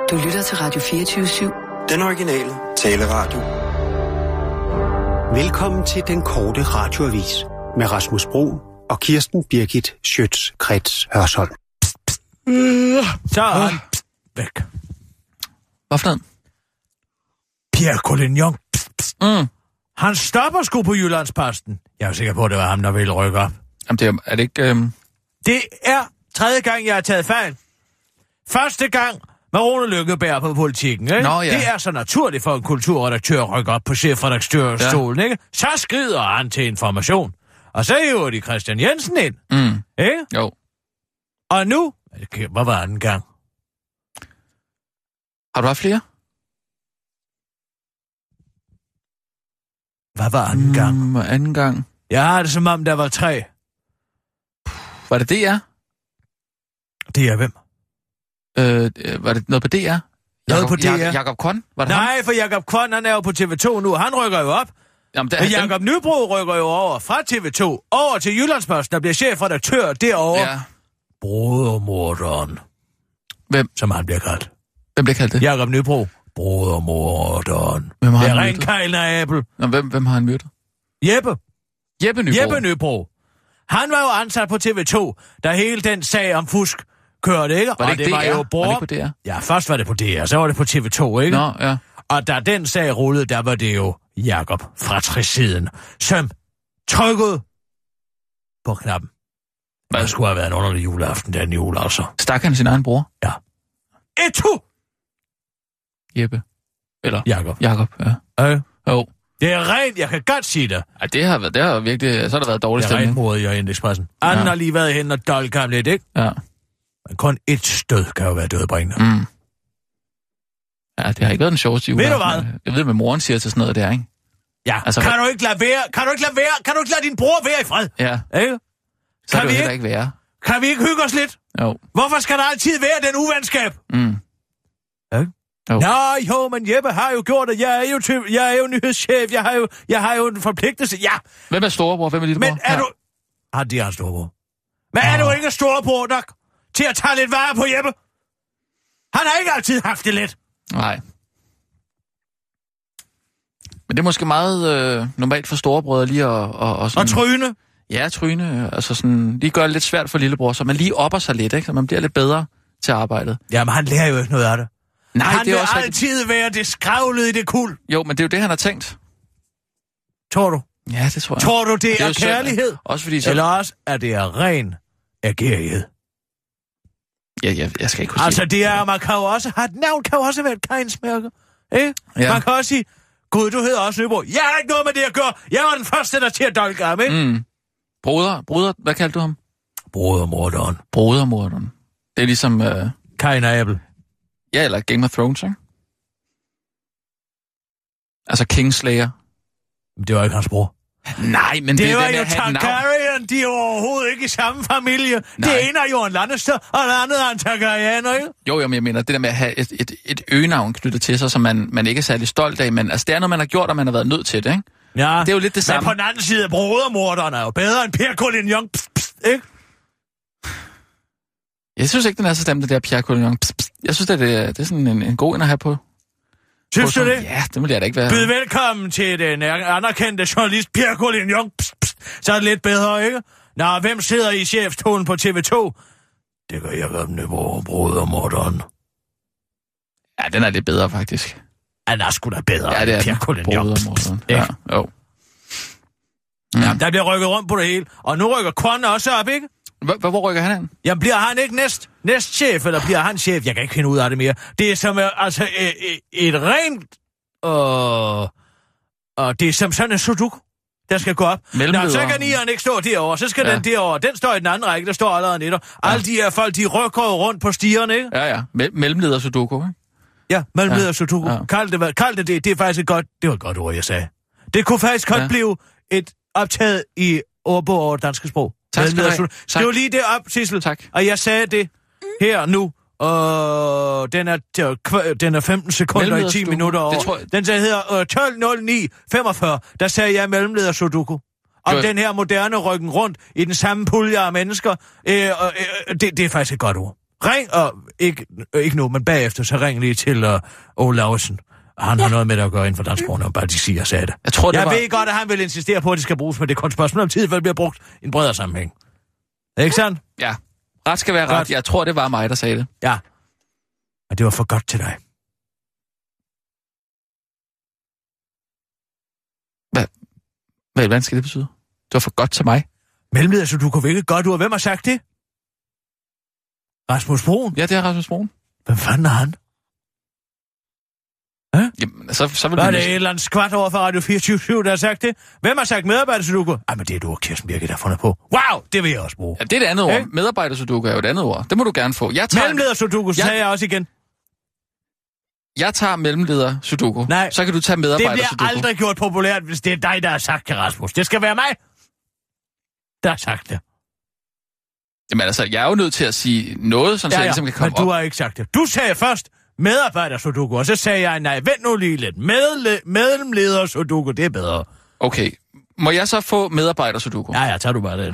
Du lytter til Radio 24/7. Den originale taleradio. Velkommen til den korte radioavis med Rasmus Bro og Kirsten Birgit Schøtz-Krets Hørsholm. Så er han væk. Hvad for noget? Pierre Collignon. Han stopper sgu på Jyllandsposten. Jeg er sikker på, at det var ham, der ville rykke op. Jamen, er det ikke... Det er tredje gang, jeg har taget fejl. Første gang med Rune Lykkeberg på Politikken, ikke? Nå, ja. Det er så naturligt for en kulturredaktør at rykke op på chefredaktørstolen, ikke? Så skrider han til Information. Og så hiver de Christian Jensen ind. Ikke? Jo. Og nu... Hvad var anden gang? Har du haft flere? Hvad var anden gang? Anden gang. Jeg har det som om, der var 3. Var det DR? Det er hvem? Var det noget på DR? Noget på DR? Jakob Kwon? Var det Nej, ham? for Jakob Kwon, han er jo på TV2 nu. Han rykker jo op. Jamen, Men Jakob Nybro rykker jo over fra TV2 over til Jyllandsposten, der bliver chefredaktør derovre. Ja. Brodermorderen. Hvem? Som han bliver kaldt. Hvem bliver kaldt det? Jakob Nybro. Brodermorderen. Hvem har det er han ren myrdet? Kejl af Abel. Nå, hvem har han myrdet? Jeppe. Jeppe Nybro. Jeppe Nybro. Han var jo ansat på TV2, da hele den sag om fusk kørte, ikke? Var det og ikke det DR? var jo bror. Var det ikke på DR? Ja, først var det på DR, så var det på TV2, ikke? Nå, ja. Og da den sag rullede, der var det jo Jakob fra Tresiden, som trykkede på knappen. Hvad? Det skulle have været en underlig juleaften den jul, altså. Stak han sin egen bror? Ja. Etu! Jeppe. Eller? Jakob. Jakob, ja. Jo. Det er rent, jeg kan godt sige det. Ej, det har virkelig... Så har der været dårlig Det er rent stemning. modet i Indexpressen. Anden har lige været hen og dolke ham lidt, ikke? Ja. Men kun et stød kan jo være dødbringende. Ja, det har ikke været den sjoveste jul. Ved du hvad? Jeg ved, hvad moren siger til sådan noget der, ikke? Ja, Altså, kan du ikke lade være? Kan du ikke lade din bror være i fred? Ja, Ikke? så kan det jo heller ikke være. Kan vi ikke hygge os lidt? Jo. Hvorfor skal der altid være den uvenskab? Ja? Jo. Jo, men Jeppe har jo gjort det. Jeg er jo nyhedschef. Jeg har jo en forpligtelse. Ja, Hvem er storebror? Hvem er lillebror? men er du... de har en storebror. Men er du ikke storebror nok til at tage lidt vare på Jeppe? Han har ikke altid haft det let. Nej. Men det er måske meget normalt for storebrødre lige at sådan... Og tryne. Ja, tryne. Altså sådan... Lige gør det lidt svært for lillebror, så man lige opper sig lidt, ikke? Så man bliver lidt bedre til arbejdet. Jamen, han lærer jo ikke noget af det. Nej, Han det er vil også altid være det skravlede i det kul. Jo, men det er jo det, han har tænkt. Tror du? Ja, det tror jeg. Tror du, det er jo kærlighed? Synd. Også fordi så... Eller også er det ren agerighed. Ja, jeg skal ikke kunne Altså, sige. det er, man kan jo også have et navn, kan jo også være et kajnsmærke. Ikke? Ja. Man kan også sige, Gud, du hedder også Nyborg. Jeg har ikke noget med det at gøre. Jeg var den første, der til at dolke ham, ikke? Broder, hvad kaldte du ham? Brodermorderen. Brodermorderen. Det er ligesom... Kain og Abel. Ja, eller Game of Thrones, ikke? Altså Kingslayer. Det var ikke hans bror. Nej, men Det var den jo der have et navn. Targaryen. De er overhovedet ikke i samme familie. Nej. Det ene er jo en Lannister, og det andet er en Targaryen, ikke? Jo, men jeg mener, det der med at have et øgenavn knyttet til sig, som man ikke er særlig stolt af, men altså, det er noget, man har gjort, og man har været nødt til det, ikke? Ja. Det er jo lidt det samme. Men på den anden side, brodermorderen er jo bedre end Pierre Collignon, ikke? Jeg synes ikke, den er så stemt, det der Pierre Collignon. Jeg synes, det er sådan en god en at have på. Synes du det? Ja, det vil jeg da ikke være. Byd velkommen til den anerkendte journalist Pierre Collignon. Så er det lidt bedre, ikke? Nå, hvem sidder i chefstolen på TV2? Det gør jeg godt med vores brodermorderen. Ja, den er lidt bedre, faktisk. Han er sgu da bedre Ja, det er end Pierre Collignon. Brodermorderen. Ja, jo. Ja, der bliver rykket rundt på det hele. Og nu rykker Kwon også op, ikke? Hvor rykker han hen? Jamen, bliver han ikke næstchef, eller bliver han chef? Jeg kan ikke finde ud af det mere. Det er som altså et rent... Og det er som sådan en sudoku, der skal gå op. Nå, så kan nieren ikke stå derovre, så skal den derovre. Den står i den anden række, der står allerede netter. Ja. Alle de her folk, de rykker jo rundt på stierne, ikke? Ja. Mellemleder sudoku, ikke? Ja, mellemleder sudoku. Ja. Kald det, det er faktisk et godt... Det var et godt ord, jeg sagde. Det kunne faktisk godt blive et optaget i ordbog over det danske sprog. Tak skal du have. Skriv lige det op, Sissel. Tak. Og jeg sagde det her nu. Og den er 15 sekunder i 10 minutter over. Den hedder 12.09.45. Der sagde jeg mellemleder sudoku. Om den her moderne rykken rundt i den samme pulje af mennesker. Det er faktisk et godt ord. Ring, og ikke nu, men bagefter, så ring lige til Ole Lauritsen. Han har noget med det at gøre inden for dansksprogen, bare de siger, sagde det. Jeg ved godt, at han vil insistere på, at det skal bruges, men det er kun spørgsmål om tid, for det bliver brugt i en bredere sammenhæng. Ikke sandt? Ja. Ret skal være ret. Godt. Jeg tror, det var mig, der sagde det. Ja. Og det var for godt til dig. Hvad skal det betyde? Det var for godt til mig. Mellemleder, så du kunne virkelig godt ud. Hvem har sagt det? Rasmus Broen? Ja, det er Rasmus Broen. Hvem fanden er han? Jamen, så vil det er et eller andet skvat over for Radio 24, der har sagt det. Hvem har sagt medarbejdersudoku? Men det er du og Kirsten Birgit, der har fundet på. Wow, det vil jeg også bruge. Ja, det er det andet ord. Medarbejdersudoku er jo et andet ord. Det må du gerne få. Mellemleder-sudoku, så sagde jeg også igen. Jeg tager mellemleder-sudoku. Nej, så kan du tage medarbejder-sudoku. Det bliver aldrig gjort populært, hvis det er dig, der har sagt det, Rasmus. Det skal være mig, der har sagt det. Jamen altså, jeg er jo nødt til at sige noget, som ligesom kan komme op. Men du har ikke sagt det. Du sagde først medarbejder-sudoku, og så sagde jeg, nej, vent nu lige lidt. Mellemleder-sudoku, det er bedre. Okay. Må jeg så få medarbejder-sudoku? Ja, tager du bare det.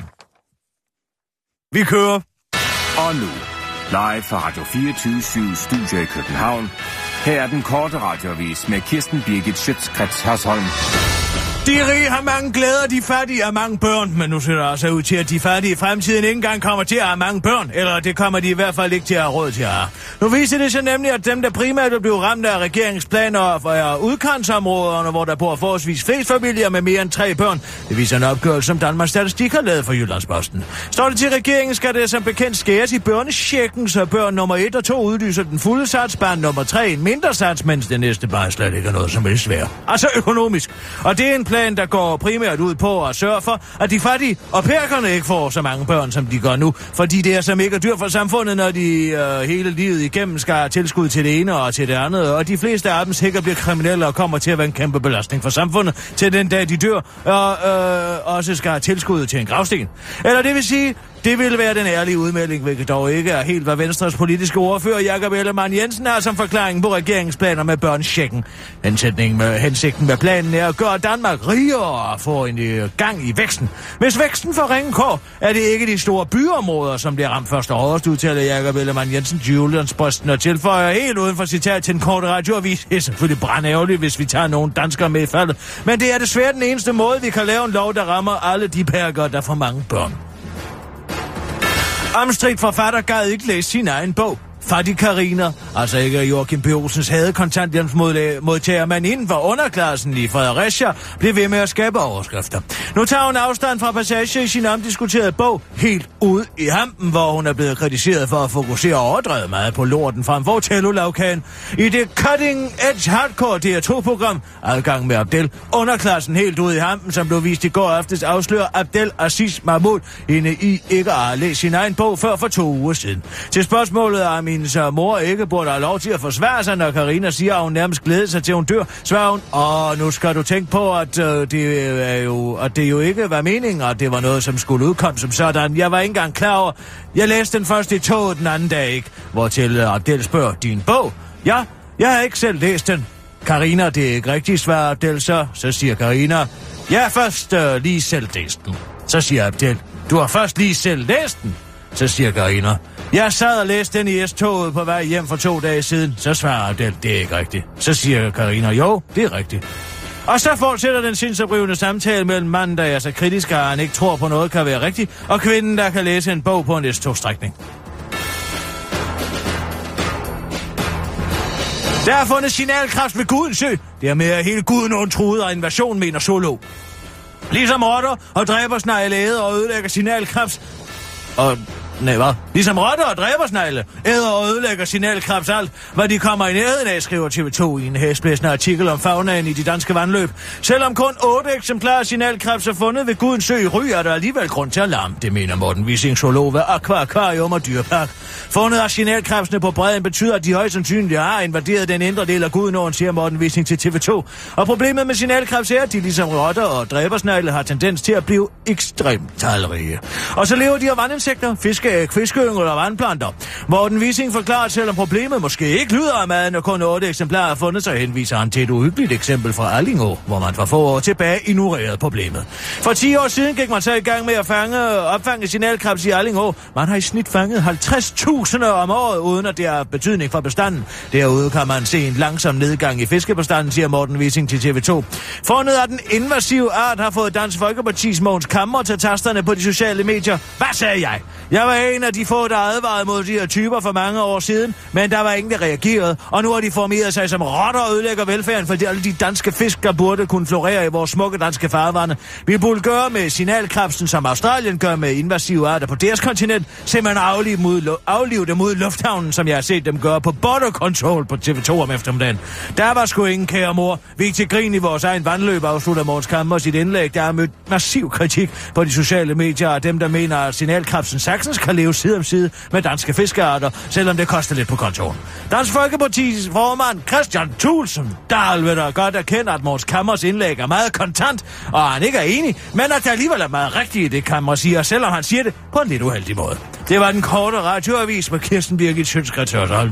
Vi kører. Og nu, live fra Radio 24/7 Studio i København. Her er den korte radioavis med Kirsten Birgit Schøtz-Krets Hørsholm. De rige har mange glæder, de fattige har mange børn, men nu ser det altså ud til, at de fattige i fremtiden ikke engang kommer til at have mange børn, eller det kommer de i hvert fald ikke til at have råd til at have. Nu viser det sig nemlig, at dem, der primært vil blive ramt af regeringsplaner for udkantsområderne, hvor der bor forholdsvis flest familier med mere end 3 børn, det viser en opgørelse, som Danmarks Statistik har lavet for Jyllandsposten. Står det til regeringen, skal det som bekendt skæres i børnechecken, så børn nummer 1 og 2 udlyser den fulde sats, barn nummer 3 en mindre sats, mens det næste bare slet ikke er noget som helst værd. Altså økonomisk. Og det er en plan, der går primært ud på at sørge for, at de fattige og pærkerne ikke får så mange børn, som de gør nu, fordi det er så mega dyrt for samfundet, når de hele livet igennem skal have tilskud til det ene og til det andet, og de fleste af dem sikkert bliver kriminelle og kommer til at være en kæmpe belastning for samfundet til den dag, de dør, og også skal have tilskud til en gravsten. Eller det vil sige, det ville være den ærlige udmelding, hvilket dog ikke er helt, hvad Venstres politiske ordfører Jakob Ellemann-Jensen har som forklaring på regeringsplaner med børnechecken. Hensigten med planen er at gøre Danmark rigere og få en gang i væksten. Hvis væksten får ringe kår, er det ikke de store byområder, som bliver ramt først og hårdest, udtaler Jakob Ellemann-Jensen til Jyllandsposten og tilføjer helt uden for citat til en kort radioavis. Det er selvfølgelig brandærgerligt, hvis vi tager nogle danskere med i faldet, men det er desværre den eneste måde, vi kan lave en lov, der rammer alle de pærker, der får mange børn. Omstridt forfatter gad ikke læse sin egen bog. Fattig Carina, altså ikke Joachim B. Olsens hadekontanthjælpsmodtager, men inden for underklassen i Fredericia, blev ved med at skabe overskrifter. Nu tager hun afstand fra passage i sin omdiskuterede bog Helt ude i hampen, hvor hun er blevet kritiseret for at fokusere overdrevet meget på lorten frem for Tello-lavkagen. I det Cutting Edge Hardcore DR2-program, Adgang med Abdel, underklassen Helt ude i hampen, som blev vist i går aftes, afslører Abdel Aziz Mahmoud hende i ikke at have læst sin egen bog før for 2 uger siden. Til spørgsmålet om hendes mor ikke burde have lov til at forsvare sig, når Carina siger, at hun nærmest glæder sig til hun dør, svarer hun, nu skal du tænke på, at det jo ikke var meningen, og det var noget, som skulle udkomme som sådan. Jeg var ikke engang klar over. Jeg læste den først i toget den anden dag, ikke? Hvortil Abdel spørger, din bog? Ja, jeg har ikke selv læst den. Carina, det er ikke rigtigt, svarer Abdel så. Så siger Carina, jeg har først lige selv læst den. Så siger Abdel, du har først lige selv læst den? Så siger Carina, jeg sad og læste den i S-toget på vej hjem for 2 dage siden. Så svarer Abdel, det er ikke rigtigt. Så siger Carina, jo, det er rigtigt. Og så fortsætter den sindsoprivende samtale mellem manden, der er så kritisk, at han ikke tror på noget kan være rigtigt, og kvinden, der kan læse en bog på en S-togstrækning. Der er fundet signalkraft ved Gudensø. Det er med hele Guden truet af invasion, mener Solo. Ligesom rotter og dræbersnegle æder og ødelægger signalkraft. Ligesom rotter og dræbersnegle æder og ødelægger signalkrebs alt, hvad de kommer i nærheden af, skriver TV2 i en hæsblæsende artikel om faunaen i de danske vandløb. Selvom kun 8 eksemplarer af signalkrebs er fundet ved Gudensø i Ry, er der alligevel grund til at larme, det mener Morten Wissing, zoolog ved Aquarium og Dyrepark. Fundet af signalkrebsene på bredden betyder, at de højst sandsynligt har invaderet den indre del af Gudenåen, siger Morten Wissing til TV2. Og problemet med signalkrebs er, at de ligesom rotter og dræbersnegle har tendens til at blive ekstremt talrige. Og så lever de af vandinsekter, fisk fiskeæg, fiskeyngel og vandplanter. Morten Wissing forklarer, at selvom problemet måske ikke lyder af maden, og kun 8 eksemplarer er fundet, så henviser han til et uhyggeligt eksempel fra Allingå, hvor man for få år tilbage ignorerede problemet. For 10 år siden gik man så i gang med at opfange signalkrebs i Allingå. Man har i snit fanget 50.000 om året, uden at det har betydning for bestanden. Derude kan man se en langsom nedgang i fiskebestanden, siger Morten Wissing til TV2. Fundet af den invasive art har fået Dansk Folkepartis Mogens Camre til tasterne på de sociale medier. Hvad sagde jeg? Jeg var en af de få, der advarede mod de her typer for mange år siden, men der var ingen, der reagerede, og nu har de formeret sig som rotter og ødelægger velfærden, fordi alle de danske fisk, der burde kunne florere i vores smukke danske farvande. Vi burde gøre med signalkrebsen, som Australien gør med invasive arter på deres kontinent, simpelthen aflive dem ud i lufthavnen, som jeg har set dem gøre på Border Control på TV2 om eftermiddagen. Der var sgu ingen, kære mor. Vi gik til grin i vores egen vandløb, afslutter Mogens Camre sit indlæg, der har mødt massiv kritik på de sociale medier af dem, der mener, at signalkrebsen sagtens kan leve side om side med danske fiskearter, selvom det koster lidt på kontoren. Dansk Folkepartis formand Christian Thulesen Dahl vil da godt erkende, at Mogens Camres indlæg er meget kontant, og han ikke er enig, men at der alligevel er meget rigtigt i det, Camre siger, selvom han siger det på en lidt uheldig måde. Det var den korte radioavis med Kirsten Birgit Schøtz-Krets Hørsholm.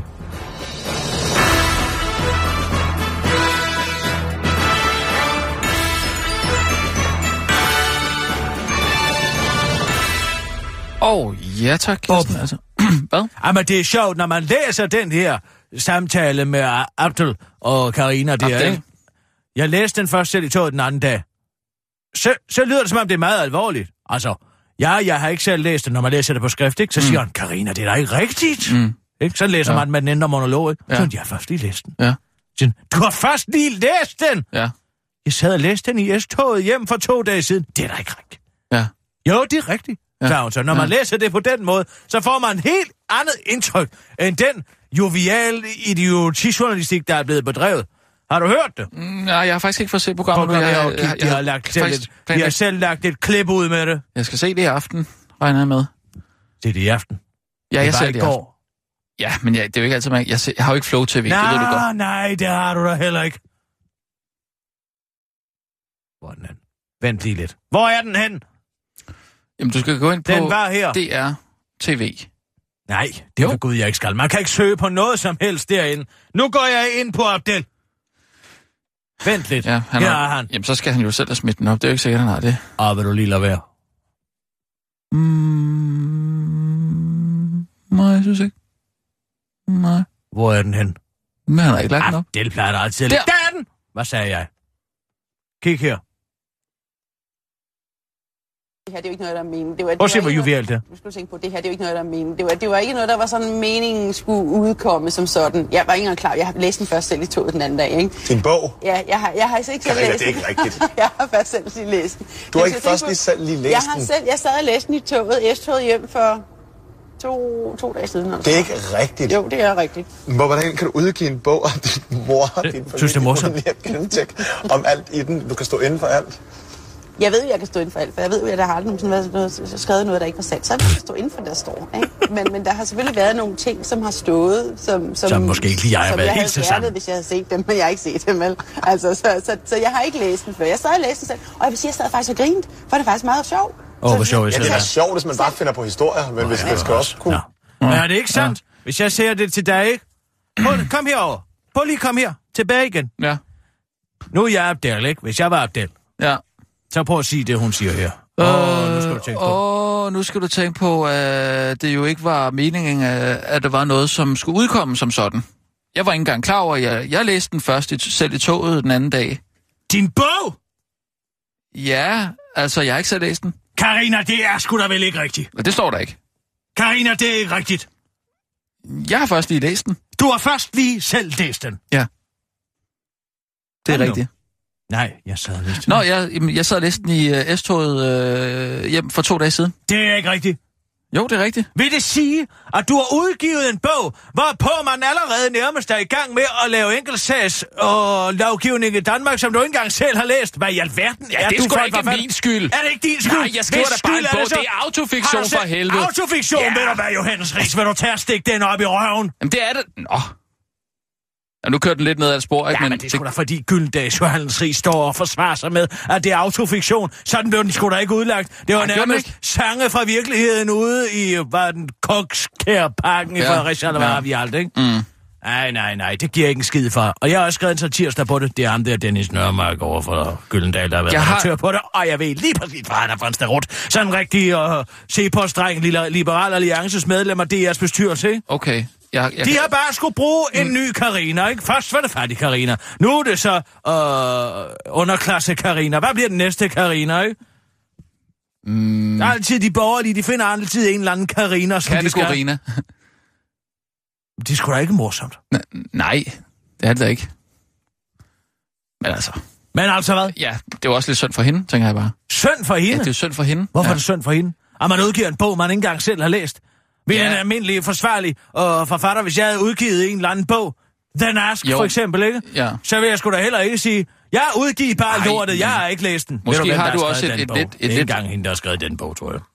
Ja tak, Kirsten. Altså. Hvad? Jamen, det er sjovt, når man læser den her samtale med Abdel og Karina der, ikke? Jeg læste den først selv i toget den anden dag. Så lyder det, som om det er meget alvorligt. Altså, jeg har ikke selv læst det, når man læser det på skrift, ikke? Så siger han, Karina, det er da ikke rigtigt. Ikke? Så læser man med den indre monolog, ikke? Så jeg har først lige læst den. Ja. Så, du har først lige læst den? Ja. Jeg sad og læste den i S-toget hjem for 2 dage siden. Det er da ikke rigtigt. Ja. Jo, det er rigtigt. Ja. Så når man læser det på den måde, så får man et helt andet indtryk end den joviale idiotijournalistik, der er blevet bedrevet. Har du hørt det? Nej, jeg har faktisk ikke fået set programmet. De har selv lagt et klip ud med det. Jeg skal se det i aften, regner jeg med. Det er det i aften? Ja, jeg ser det i aften. Ja, men det er jo ikke altid, jeg har jo ikke Flow TV, det ved du godt. Nej, det har du da heller ikke. Hvor er den hen? Vent lige lidt. Hvor er den hen? Jamen, du skal gå ind på DR TV. Nej, det er Gud, jeg ikke skal. Man kan ikke søge på noget som helst derinde. Nu går jeg ind på Abdel. Vent lidt. Ja, her er han. Jamen, så skal han jo selv have smidt den op. Det er jo ikke sikkert, han har det. Vil du lige lade være? Nej, jeg synes ikke. Nej. Hvor er den hen? Men han har ikke lagt den op. Abdel plejer altid. Der er den! Hvad sagde jeg? Kig her. Det her, det er jo ikke noget, der er meningen. Prøv at se, hvor jovialt det er. Du skulle tænke på, det her, det er jo ikke noget, der er meningen. Det var ikke noget, der var sådan, meningen skulle udkomme som sådan. Jeg var ikke engang klar. Jeg har læst den først selv i toget den anden dag, ikke? Din bog? Ja, jeg har altså ikke selv læst den. Det er ikke rigtigt. Jeg har først selv lige læst den. Du har ikke først lige læst den? Jeg sad og læste den i toget, S-toget hjem for to dage siden. Altså. Det er ikke rigtigt? Jo, det er rigtigt. Hvordan kan du udgive en bog om din mor og din familie? Synes det er morsomt? Om alt i den. Du kan stå inden for alt. Jeg ved jo, jeg kan stå inden for alt, for jeg ved jo, at der har aldrig nogensinde skrevet noget, der ikke var sandt. Så jeg kan stå inden for det, der står. Ikke? Men der har selvfølgelig været nogle ting, som har stået, som måske ikke lige har været helt til sammen. Hvis jeg havde set dem, men jeg har ikke set dem, vel? Altså, så jeg har ikke læst den før. Jeg sad og læste den selv, og jeg vil sige, at jeg sad faktisk og grinte, for det er faktisk meget sjovt. Hvor sjovt. Ja, det er sjovt, hvis man bare finder på historier, men hvis det skal også kunne... Men er det ikke sandt? Hvis jeg siger det til dig, ikke? Kom herover. Prøv lige kom her. Tilbage igen. Ja. Nu er jeg Abdel, ikke? Hvis jeg var Abdel. Ja. Så prøv at sige det, hun siger her. Nu skal du tænke på, at det jo ikke var meningen, at der var noget, som skulle udkomme som sådan. Jeg var ikke engang klar over, jeg læste den først selv i toget den anden dag. Din bog? Ja, altså jeg har ikke selv læst den. Karina, det er sgu da vel ikke rigtigt. Det står der ikke. Karina, det er ikke rigtigt. Jeg har først lige læst den. Du har først lige selv læst den? Ja. Det er rigtigt. Nej, jeg sad og læste den. Nå, jeg sad og læste den i S-toget hjem for 2 dage siden. Det er ikke rigtigt. Jo, det er rigtigt. Vil det sige, at du har udgivet en bog, hvorpå man allerede nærmest er i gang med at lave enkeltsags og lovgivning i Danmark, som du ikke engang selv har læst? Hvad i alverden er det du sgu da ikke min skyld. Er det ikke din skyld? Nej, jeg skriver da bare en bog. Det er autofiktion for helvede. Autofiktion, ved du hvad, Johannes Riis? Vil du tage og stikke den op i røven? Jamen, det er det. Nå. Ja, nu kører den lidt ned ad et spor, ikke? Ja, men det er sgu da fordi Gyldendals Johannes Rig står og forsvarer sig med, at det er autofiktion. Sådan blev den sgu da ikke udlagt. Det var nærmest sange fra virkeligheden ude i, den Kokskærparken i Fredericia, eller hvad vi alt, ikke? Nej, det giver ikke en skid for. Og jeg har også skrevet en satirsdag på det. Det er ham der, Dennis Nørmark over for Gyldendal, der har været redaktør på det. Og jeg ved lige præcis, hvad han er for en starut. Sådan en rigtig se-på-streng, Liberal Alliances medlemmer, det er jeres bestyrelse, ikke? Okay. De har bare skulle bruge en ny Carina, ikke? Først var det fattig Carina. Nu er det så underklasse Carina. Hvad bliver den næste Carina, ikke? Der er altid de borgerlige, de finder altid en eller anden Carina, som de skal... Kategorina. Det er sgu da ikke morsomt. Nej, det er det da ikke. Men altså hvad? Ja, det er jo også lidt synd for hende, tænker jeg bare. Synd for hende? Ja, det er jo synd for hende. Hvorfor er det synd for hende? At man udgiver en bog, man ikke engang selv har læst. Vil en almindelig forsvarlig forfatter, hvis jeg havde udgivet en eller anden bog, The Ask for eksempel, ikke? Ja. Så vil jeg sgu da heller ikke sige, jeg udgiver bare lortet, jeg har ikke læst den. Måske har du også et lidt... engang hende, der har skrevet den bog, tror jeg.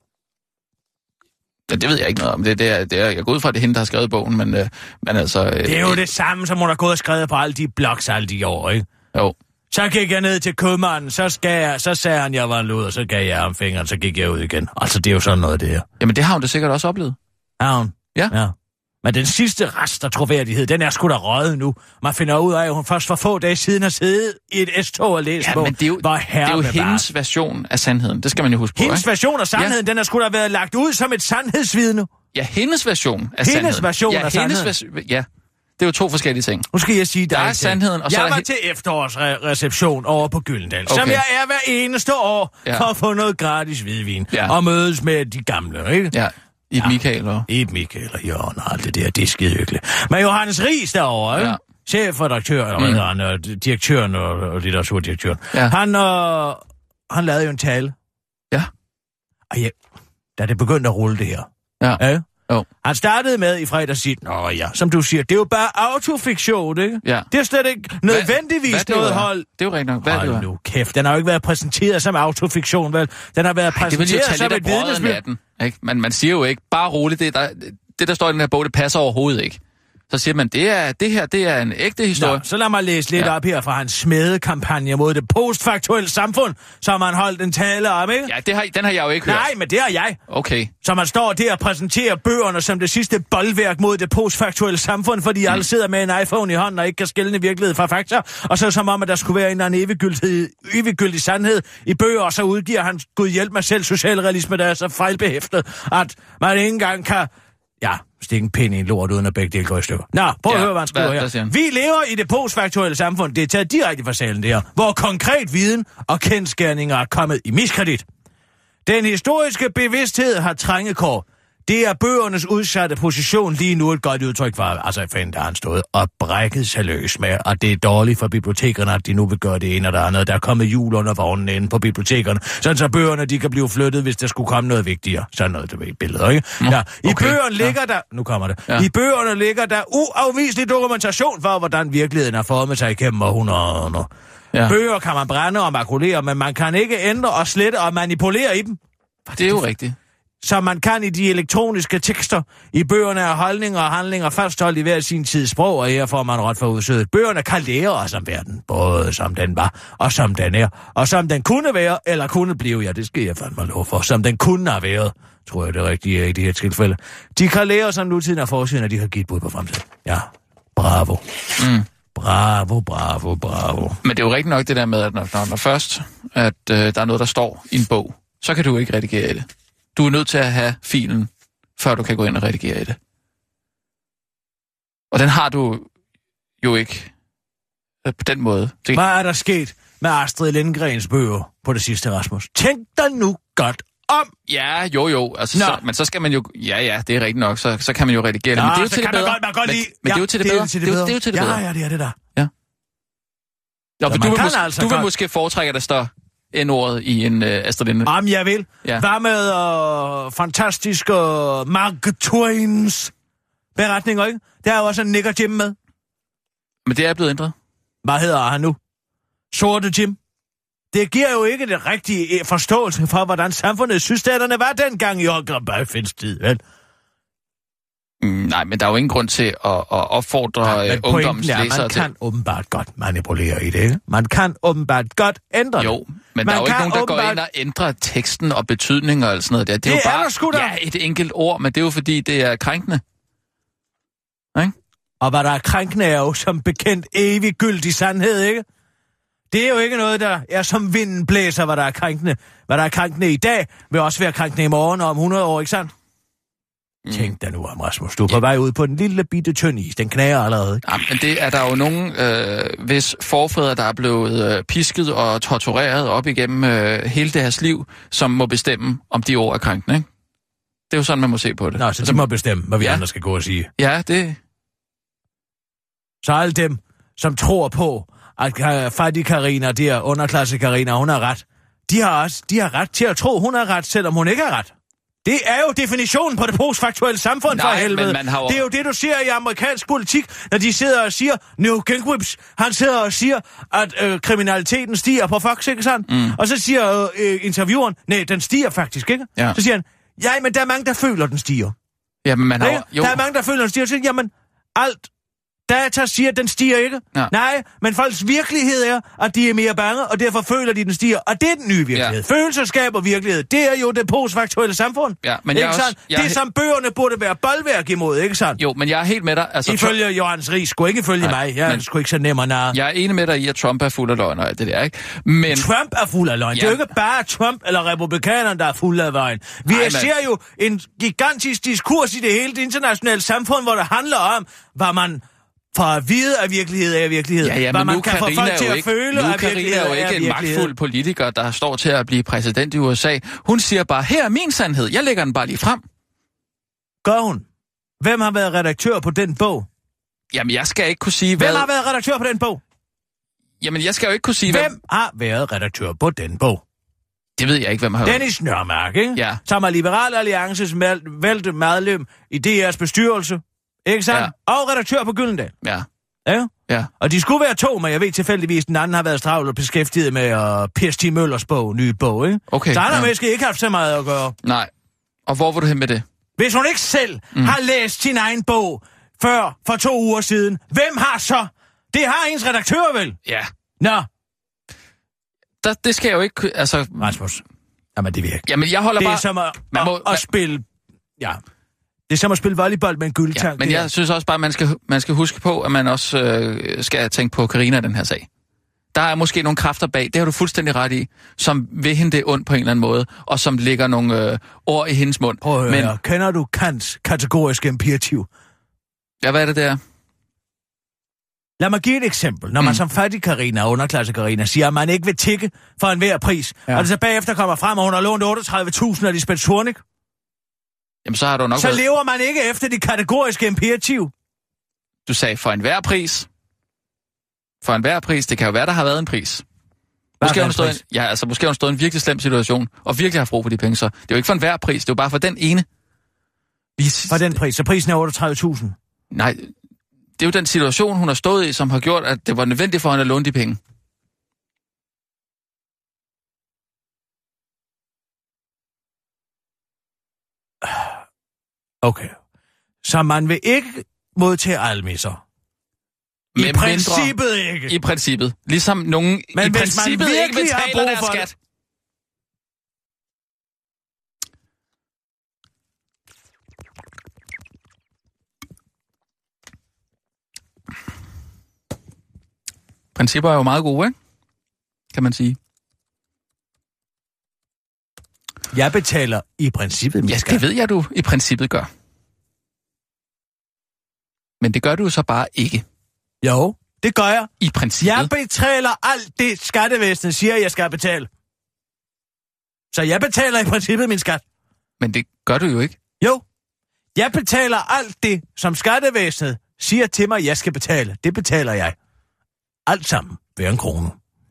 Ja, det ved jeg ikke noget om. Det er, jeg går ud fra, at det er hende, der har skrevet bogen, men altså... det er jo det samme, som hun har gået og skrevet på alle de blogs alle de år, ikke? Jo. Så gik jeg ned til købmanden, så sagde han, jeg var en luder, så gav jeg ham fingeren, så gik jeg ud igen. Altså, det er jo sådan noget, det her. Jamen, det har hun da sikkert også oplevet. Har hun? Ja. Men den sidste rest af troværdighed, den er sgu da røget nu. Man finder ud af, at hun først for få dage siden har siddet i et S-tog og læst på. Men det er jo hendes version af sandheden. Det skal man jo huske på, hendes version af sandheden, den er sgu da været lagt ud som et sandhedsvidne. Ja, hendes version af sandheden. Hendes version af sandheden. Ja, det er jo to forskellige ting. Nu skal jeg sige, der er sandheden, og så jeg var til efterårsreception over på Gyldendal, som jeg er hver eneste år for at få noget gratis hvidvin og mødes med de gamle, ikke? Ja. Ib Michael og Jørgen og alt det der, det er skide hyggeligt. Men Johannes Ries derovre, ikke? Chefredaktør, eller hvad hedder han, direktøren og litteraturdirektøren, han lavede jo en tale. Ja. Og da det begyndte at rulle det her. Ja. Jo. Han startede med i fredag at sige, som du siger, det er jo bare autofiktion, ikke? Ja. Det er slet ikke nødvendigvis noget hold. Det er jo rigtigt nok. Hold nu kæft, den har jo ikke været præsenteret som autofiktion, vel? Den har været præsenteret som et vidnesbyrd. Man siger jo ikke, bare roligt, det der står i den her bog, det passer overhovedet ikke. Så siger man, det er en ægte historie. Så lad mig læse lidt op her fra hans smedekampagne mod det postfaktuelle samfund, som han holdt en tale om, ikke? Ja, den har jeg jo ikke hørt. Nej, men det har jeg. Okay. Så man står der og præsenterer bøgerne som det sidste boldværk mod det postfaktuelle samfund, fordi alle sidder med en iPhone i hånden og ikke kan skelne virkelighed fra fakta. Og så som om, at der skulle være en eller anden eviggyldig sandhed i bøger, og så udgiver han, Gud hjælp mig selv, socialrealisme, der er så fejlbehæftet, at man ikke engang kan... stikke en pind i en lort, uden at begge dele går i stykker. Prøv at høre, hvad han skriver her. Vi lever i det postfaktuelle samfund, det er taget direkte fra salen det her, hvor konkret viden og kendskærninger er kommet i miskredit. Den historiske bevidsthed har trængekår. Det er bøgernes udsatte position lige nu et godt udtryk for, altså fandt der han stået og brækket sig løs med, og det er dårligt for bibliotekerne, at de nu vil gøre det ene og det andet. Der er kommet hjul under vognen inde på bibliotekerne, sådan så bøgerne de kan blive flyttet, hvis der skulle komme noget vigtigere. Sådan noget, det var i billedet, ikke? I bøgerne ligger der, nu kommer det, i bøgerne ligger der uafviselig dokumentation for, hvordan virkeligheden har formet sig igennem århundreder. Ja. Bøger kan man brænde og makulere, men man kan ikke ændre og slette og manipulere i dem. Det er jo rigtigt. Som man kan i de elektroniske tekster. I bøgerne er holdninger og handlinger fastholdt i hver sin tids sprog, og her får man ret for udsødet. Bøgerne kan lære os om verden, både som den var, og som den er, og som den kunne være, eller kunne blive. Ja, det skal jeg fandme lov for. Som den kunne have været, tror jeg det rigtige i det her tilfælde. De kan lære os om nutiden og forsiden, og de har givet bud på fremtiden. Ja, bravo. Bravo. Men det er jo rigtigt nok det der med, at når først, at der er noget, der står i en bog, så kan du ikke redigere i det. Du er nødt til at have filen, før du kan gå ind og redigere i det. Og den har du jo ikke på den måde. Hvad er der sket med Astrid Lindgrens bøger på det sidste, Rasmus? Tænk dig nu godt om. Ja, jo. Altså, men så skal man jo... Ja, det er rigtigt nok. Så kan man jo redigere det. Men det er jo til det bedre. Men det er jo til det bedre. Det er jo til det bedre. Ja, det er det der. Ja. Du vil måske foretrække, at der står N-ordet i en Astrid Lindgren. Jamen, jeg vil. Ja. Hvad med fantastiske Mark Twains beretninger, ikke? Der er jo også en Nick og Jim med. Men det er blevet ændret. Hvad hedder han nu? Sorte Jim. Det giver jo ikke det rigtige forståelse for, hvordan samfundet sydstaterne var dengang i Holger Bøjfinds tid, vel? Nej, men der er jo ingen grund til at opfordre ungdommens læsere til... Man kan åbenbart godt manipulere i det, ikke? Man kan åbenbart godt ændre det. Jo, men der er jo ikke nogen, der går ind og ændrer teksten og betydninger og sådan noget der. Det er jo bare et enkelt ord, men det er jo fordi, det er krænkende. Ikke? Og hvad der er krænkende er jo som bekendt eviggyldig sandhed, ikke? Det er jo ikke noget, der er som vinden blæser, hvad der er krænkende. Hvad der er krænkende i dag, vil også være krænkende i morgen og om 100 år, ikke sandt? Tænk dig nu om, Rasmus. Du er på vej ud på den lille bitte tynd is. Den knager allerede. Ja, men det er der jo nogen, hvis forfædre, der er blevet pisket og tortureret op igennem hele deres liv, som må bestemme, om de ord er krænkende, ikke? Det er jo sådan, man må se på det. Nå, så de må bestemme, hvad vi andre skal gå og sige. Ja, det... Så alle dem, som tror på, at fattig Karina, der underklasse Karina, hun har ret. De har ret til at tro, hun har ret, selvom hun ikke har ret. Det er jo definitionen på det postfaktuelle samfund, for helvede. Det er jo det, du ser i amerikansk politik, når de sidder og siger, Newt Gingrich, han sidder og siger, at kriminaliteten stiger på Fox, ikke sandt? Og så siger intervieweren, nej, den stiger faktisk, ikke? Ja. Så siger han, ja, men der er mange, der føler, den stiger. Jamen, man har jo... Der er mange, der føler, den stiger. Så, jamen, alt data siger, at den stiger ikke. Ja. Nej, men folks virkelighed er, at de er mere bange, og derfor føler de, den stiger. Og det er den nye virkelighed. Ja. Følelser skaber virkelighed. Det er jo det postfaktuelle samfund. Ja, men ikke sandt? Det som bøgerne burde være boldværk imod, ikke sandt? Jo, men jeg er helt med dig. Altså, ifølge Johannes Ries, sgu ikke ifølge mig. Jeg er sgu ikke så nem og nær. Jeg er enig med dig i, at Trump er fuld af løgn og alt det der, ikke? Men... Trump er fuld af løgn. Ja. Det er jo ikke bare Trump eller republikanerne, der er fuld af løgn. Vi ser jo en gigantisk diskurs i det hele det internationale samfund, hvor det handler om, hvad man... for at vide, at virkelighed er virkelighed. Ja, men man kan få folk til at føle, at virkelighed er jo ikke en magtfuld politiker, der står til at blive præsident i USA. Hun siger bare, her er min sandhed. Jeg lægger den bare lige frem. Gør hun? Hvem har været redaktør på den bog? Jamen, jeg skal ikke kunne sige, hvad... Hvem har været redaktør på den bog? Jamen, jeg skal jo ikke kunne sige, hvem har været redaktør på den bog? Det ved jeg ikke, hvem har været. Dennis Nørmark, ikke? Ja. Som er Liberal Alliances valgte medlem i DR's bestyrelse. Ikke sandt? Ja. Og redaktør på Gyldendal. Ja. Ja. Og de skulle være to, men jeg ved tilfældigvis, den anden har været travlt og beskæftiget med Per Stig Møllers nye bog, ikke? Okay. Så han har måske ikke haft så meget at gøre. Nej. Og hvor var du hen med det? Hvis hun ikke selv har læst sin egen bog for 2 uger siden, hvem har så? Det har ens redaktør vel? Ja. Nå. Det skal jeg jo ikke... Altså... Rasmus. Jamen, det virker. Jamen, jeg holder bare... Det er som at spille... Ja... Det er som at spille volleyball med en guldtang. Ja, men jeg synes også bare, at man skal huske på, at man også skal tænke på Karina i den her sag. Der er måske nogle kræfter bag, det har du fuldstændig ret i, som vil hende det ondt på en eller anden måde, og som lægger nogle ord i hendes mund. Prøv at høre, kender du Kants kategoriske imperativ? Ja, hvad er det der? Lad mig give et eksempel. Når man som fattig Karina, underklasse Karina, siger, at man ikke vil tikke for enhver pris, og det så bagefter kommer frem, og hun har lånt 38.000 af Lisbeth Zornig, jamen, så har du nok så lever man ikke efter det kategoriske imperativ. Du sagde for enhver pris. For enhver pris. Det kan jo være, der har været en pris. Måske har hun stået i en virkelig slem situation, og virkelig har brug for de penge, så det er jo ikke for enhver pris, det er jo bare for den ene. For den pris, så prisen er 38.000? Nej, det er jo den situation, hun har stået i, som har gjort, at det var nødvendigt for hende at låne de penge. Okay. Så man vil ikke modtage almisser? I princippet ikke? I princippet. Ligesom nogen men i princippet ikke betaler deres skat. Principper er jo meget gode, ikke? Kan man sige. Jeg betaler i princippet min skat. Det ved jeg, du i princippet gør. Men det gør du så bare ikke. Jo, det gør jeg. I princippet. Jeg betaler alt det, skattevæsenet siger, jeg skal betale. Så jeg betaler i princippet min skat. Men det gør du jo ikke. Jo. Jeg betaler alt det, som skattevæsenet siger til mig, jeg skal betale. Det betaler jeg. Alt sammen hver en krone.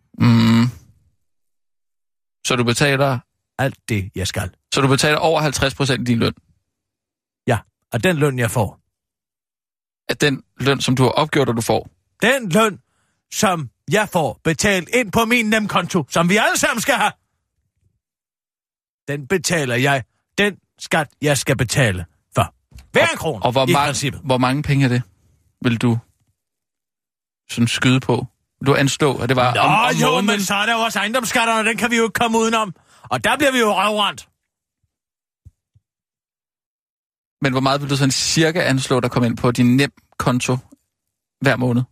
Så du betaler... alt det, jeg skal. Så du betaler over 50% af din løn? Ja, og den løn, jeg får. Af den løn, som du har opgjort, at du får? Den løn, som jeg får betalt ind på min nemkonto, som vi alle sammen skal have. Den betaler jeg. Den skat, jeg skal betale for. Hver en krone, og hvor mange penge er det, vil du sådan skyde på? Vil du anslå, at det var om jo, måneden? Men så er der jo også ejendomsskatterne, den kan vi jo ikke komme udenom. Og der bliver vi jo røvrendt. Men hvor meget vil du sådan cirka anslå, der kommer ind på din NemKonto hver måned?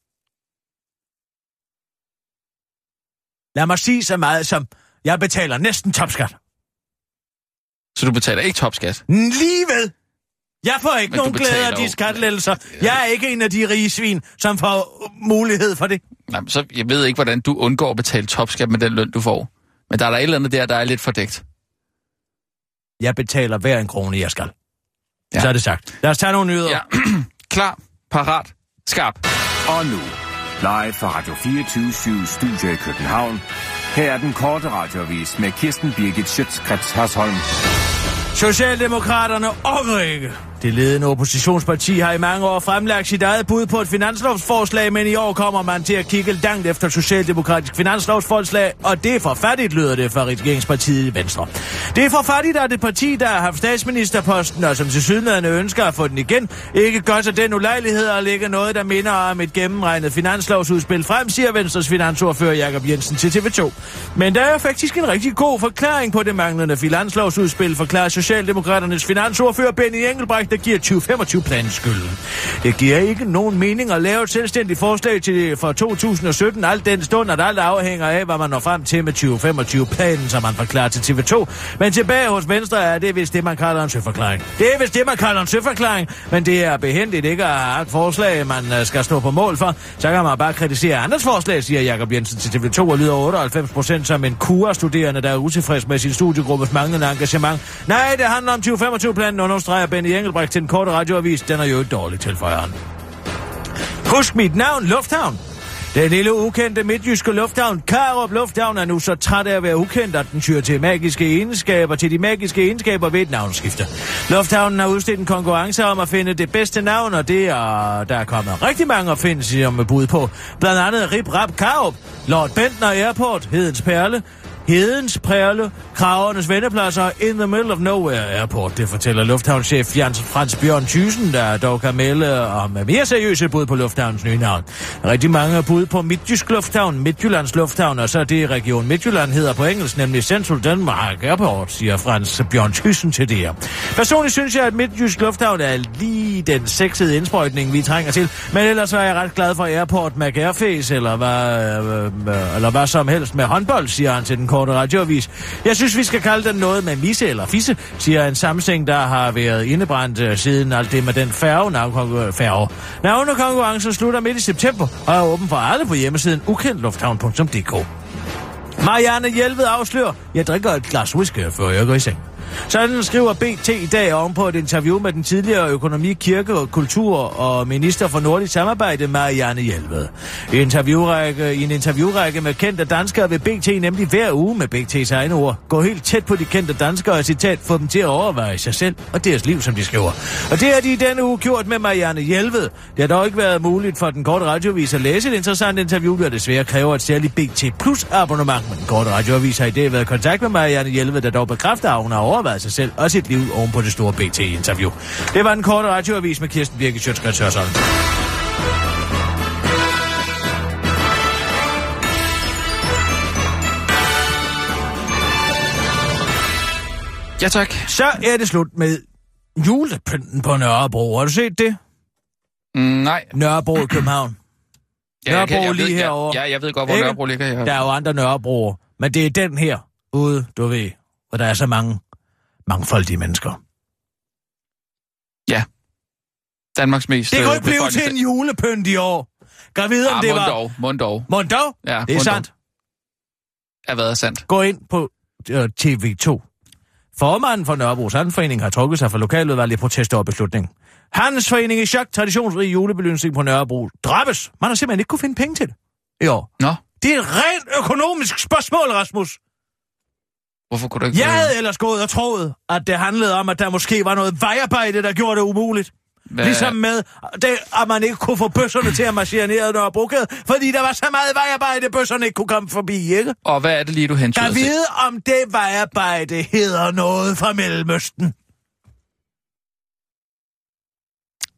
Lad mig sige så meget som, jeg betaler næsten topskat. Så du betaler ikke topskat? Lige ved. Jeg får ikke nogen glæde af de skattelettelser. Jeg er ikke en af de rige svin, som får mulighed for det. Nej, så jeg ved ikke, hvordan du undgår at betale topskat med den løn, du får. Men der er et eller andet der er lidt fordækt. Jeg betaler hver en krone, jeg skal. Ja. Så er det sagt. Lad os tage nogle nyheder. Ja. Klar, parat, skarp. Og nu, live fra Radio 24/7 Studio i København. Her er den korte radioavis med Kirsten Birgit Schøtz-Krets Hørsholm. Socialdemokraterne orker ikke. Det ledende oppositionsparti har i mange år fremlagt sit eget bud på et finanslovsforslag, men i år kommer man til at kigge langt efter et socialdemokratisk finanslovsforslag, og det er for fattigt, lyder det fra regeringspartiet Venstre. Det er for fattigt, at et parti, der har haft statsministerposten, og som tilsyneladende ønsker at få den igen, ikke gør sig den ulejlighed at lægge noget, der minder om et gennemregnet finanslovsudspil frem, siger Venstres finansordfører Jakob Jensen til TV2. Men der er faktisk en rigtig god forklaring på det manglende finanslovsudspil, forklarer Socialdemokraternes finansordfører Benny Engelbrecht, der giver 2025-planen skylden. Det giver ikke nogen mening at lave et selvstændigt forslag for 2017, alt den stund, at alt afhænger af, hvad man når frem til med 2025-planen, som man forklarer til TV2. Men tilbage hos Venstre er det vist det, man kalder en søforklaring. Det er vist det, man kalder en søforklaring, men det er behendigt ikke at have et forslag, man skal stå på mål for. Så kan man bare kritisere andres forslag, siger Jakob Jensen til TV2, og lyder 98% som en kura-studerende, der er utilfreds med sin studiegruppes manglende engagement. Nej, det handler om 2025-planen, understreger Benny Engelbrecht til den korte radioavis. Den er jo et dårligt tilføjer han. Husk mit navn, Lufthavn. Den lille ukendte midtjyske lufthavn, Karup Lufthavn, er nu så træt af at være ukendt, at den tyr til de magiske egenskaber ved et navnskifte. Lufthavnen har udstedt en konkurrence om at finde det bedste navn, og det er der er kommet rigtig mange at finde sig med bud på. Blandt andet Rip Rap Karup, Lord Bentner Airport, Hedens Perle, Kravernes Vendepladser, in the middle of nowhere airport. Det fortæller lufthavnschef Jens Frans Bjørn Thyssen, der dog kan melde om mere seriøse bud på lufthavnens nye navn. Rigtig mange bud på Midtjysk Lufthavn, Midtjyllands Lufthavn, og så det region Midtjylland hedder på engelsk, nemlig Central Denmark Airport, siger Frans Bjørn Thyssen til det her. Personligt synes jeg, at Midtjysk Lufthavn er lige den sexede indsprøjtning, vi trænger til, men ellers er jeg ret glad for Airport McAirface, eller hvad som helst med håndbold, siger han til den korte radioavis. Jeg synes, vi skal kalde den noget med misse eller fisse, siger en samsing, der har været indebrændt siden alt det med den færge. Navnekonkurrencen slutter midt i september og er åben for alle på hjemmesiden ukendtlufthavn.dk. Marianne Jelved afslører, jeg drikker et glas whisky, før jeg går i seng. Sådan skriver BT i dag ovenpå et interview med den tidligere økonomi, kirke og kultur og minister for nordisk samarbejde, Marianne Jelved. I en interviewrække med kendte danskere vil BT nemlig hver uge med BT's egne ord gå helt tæt på de kendte danskere og citat, få dem til at overveje sig selv og deres liv, som de skriver. Og det har de i denne uge gjort med Marianne Jelved. Det har dog ikke været muligt for den korte radioavis at læse et interessant interview, der desværre kræver et særligt BT Plus abonnement. Men den korte radioavis har i dag været i kontakt med Marianne Jelved, der dog bekræfter, at hun har overvejet sig selv og sit liv oven på det store BT-interview. Det var den korte radioavis med Kirsten Birgit Schøtz-Krets Hørsholm. Ja, tak. Så er det slut med julepynten på Nørrebro. Har du set det? Nej. Nørrebro i København. Ja, Nørrebro lige herovre. Ja, jeg ved godt, hvor Nørrebro ligger her. Der er jo andre Nørrebroer, men det er den her ude, du ved, hvor der er så mange mangfoldige mennesker. Ja. Danmarks mest... Det kunne ikke blive til en julepynt i år. Kan vide, om det var... Mundov. Ja, det er sandt. Ja, hvad er sandt? Gå ind på TV2. Formanden for Nørrebro Handelsforening har trukket sig fra lokaludvalget i protest over beslutningen. Handelsforening i chok, traditionsrig julebelysning på Nørrebro drabbes. Man har simpelthen ikke kunne finde penge til det i år. Nå. Det er et rent økonomisk spørgsmål, Rasmus. Hvorfor kunne du ikke... Jeg havde ellers gået og troet, at det handlede om, at der måske var noget vejarbejde, der gjorde det umuligt. Hvad? Ligesom med, at man ikke kunne få bøsserne til at marchere ned ad Nørrebrogade, fordi der var så meget vejarbejde, bøsserne ikke kunne komme forbi, ikke? Og hvad er det lige, du hentyder til? Jeg ved, om det vejarbejde hedder noget fra Mellemøsten.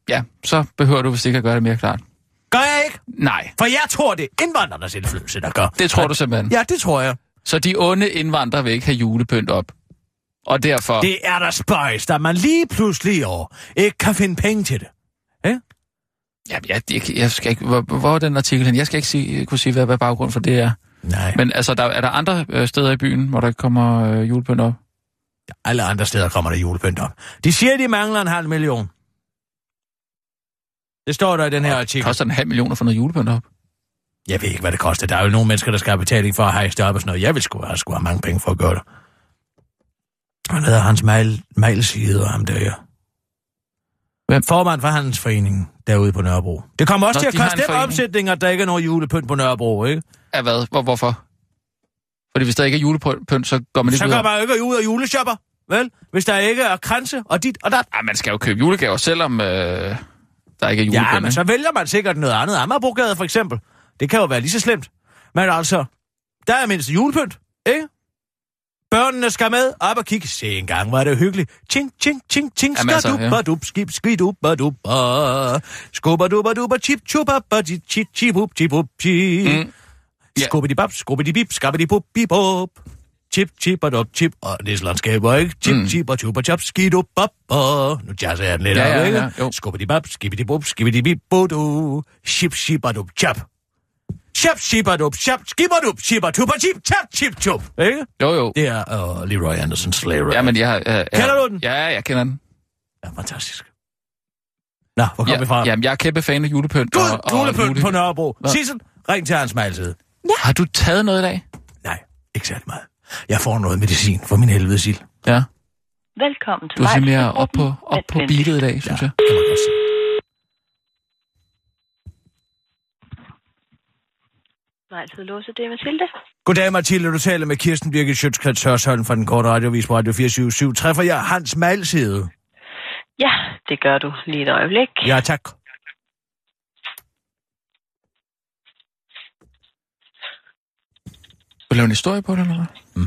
ja, så behøver du vist ikke at gøre det mere klart. Gør jeg ikke? Nej. For jeg tror, det er indvandrernes indflydelse, der gør. Det tror du simpelthen? Ja, det tror jeg. Så de onde indvandrere vil ikke have julepynt op? Og derfor... Det er der spøjs, da man lige pludselig i år ikke kan finde penge til det. Ja, jeg skal ikke... Hvor er den artikel hen? Jeg skal ikke kunne sige, hvad baggrund for det er. Nej. Men altså, er der andre steder i byen, hvor der kommer julepynt op? Alle andre steder kommer der julepynt op. De siger, de mangler 500.000. Det står der i den her artikel. Koster 500.000 for noget julepynt op? Jeg ved ikke, hvad det koster. Der er jo nogle mennesker, der skal have betaling for at hejse det op og sådan noget. Jeg vil sgu have mange penge for at gøre det. Han hedder Hans Mailside og ham der, ja. Hvem? Formand for Handelsforeningen derude på Nørrebro. Det kommer også til at koste den omsætning, at der ikke er noget julepynt på Nørrebro, ikke? Ja, hvad? Hvorfor? Fordi hvis der ikke er julepynt, så går man ikke ud. Så går man jo ikke ud og juleshopper, vel? Hvis der ikke er kranse og dit og dat. Ja, man skal jo købe julegaver, selvom der ikke er julepynt. Ja, men så vælger man sikkert noget andet. Amagerbrogade for eksempel. Det kan jo være lige så slemt. Men altså, der er mindst julepynt, ikke? Børnene skal med op og kigge. Se engang, var det hyggeligt. Ching, ching, ching, ching, skadup, skib, skidup, badup, skubbadubaduba, chip, chubba, chip, chibup, chibup, chip. Skubbidi-bap, skubbidi-bip, skabbidi-bup, bip-bup. Chip, chip-badup, chip, og næslandskaber, ikke? Chip, chip, og chupa-chap, skidup-bap, nu jazzer jeg den lidt op, ikke? Skubbidi-bap, skibidi-bup, skibidi-bip-budu, chip, chip-badup, chap. Chap, chip-badup, chap, skibbadup, chip-a-tupa-chip, chap, chip-chup, ikke? Jo. Det er Leroy Anderson Slayer. Ja, men Kender du den? Ja, jeg kender den. Ja, fantastisk. Nå, hvor kommer vi fra? Jamen, jeg er kæmpe fan af julepynt. Julepynt på Nørrebro. Sissel, ring til Hans Mailside. Ja. Har du taget noget i dag? Nej, ikke særlig meget. Jeg får noget medicin for min helvedesild. Ja. Velkommen til du er simpelthen op på beatet i dag, synes jeg. Det kan man godt sige. Mailside Låse, det er Mathilde. Goddag, Mathilde. Du taler med Kirsten Birgit Schøtz-Krets Hørsholm fra den korte radiovis på Radio 24/7. Træffer jeg Hans Mailside? Ja, det gør du. Lige et øjeblik. Ja, tak. Vil du lave en historie på det, eller hvad?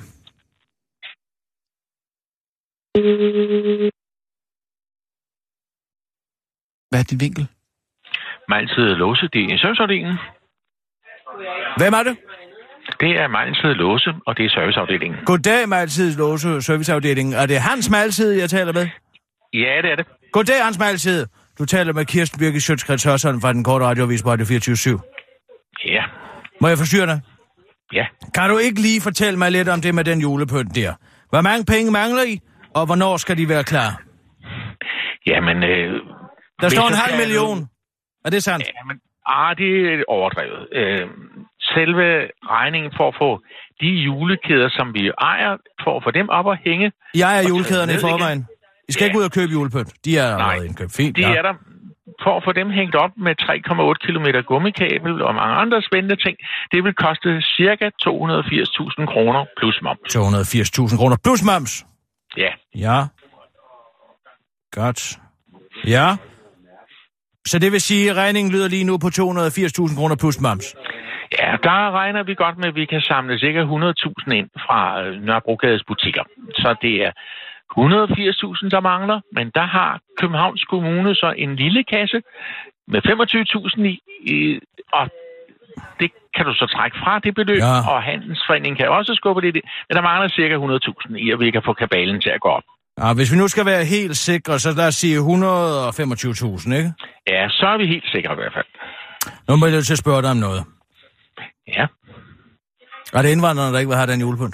Hvad er din vinkel? Mailside Låse, det er serviceafdelingen. Hvem er det? Det er Mailside Låse, og det er serviceafdelingen. Goddag, Mailside Låse, serviceafdelingen. Er det Hans Mailside, jeg taler med? Ja, det er det. Goddag, Hans Mailside. Du taler med Kirsten Birgit Schøtz-Krets Hørsholm fra den korte radiovis på Radio 24/7. Ja. Må jeg forstyrre dig? Ja. Kan du ikke lige fortælle mig lidt om det med den julepynt der? Hvor mange penge mangler I, og hvornår skal de være klar? Jamen, der står 500.000. Er det sandt? Jamen, det er overdrevet. Selve regningen for at få de julekæder, som vi ejer, for at få dem op og hænge... Jeg er julekæderne i forvejen. I skal ikke ud og købe julepynt. De er allerede indkøbt. Fint, de er der. For at få dem hængt op med 3,8 kilometer gummikabel og mange andre spændende ting, det vil koste cirka 280.000 kroner plus moms. 280.000 kroner plus moms? Ja. Ja. Godt. Ja. Så det vil sige, at regningen lyder lige nu på 280.000 kroner plus moms? Ja, der regner vi godt med, at vi kan samle cirka 100.000 ind fra Nørrebrogades butikker. Så det er 180.000, der mangler, men der har Københavns Kommune så en lille kasse med 25.000 i, og det kan du så trække fra det beløb, og Handelsforeningen kan også skubbe det, men der mangler cirka 100.000 i, at vi kan få kabalen til at gå op. Ja, hvis vi nu skal være helt sikre, så lad os sige 125.000, ikke? Ja, så er vi helt sikre i hvert fald. Nu må jeg nødt til at spørge dig om noget. Ja. Er det indvandrerne, der ikke vil have den julepynt?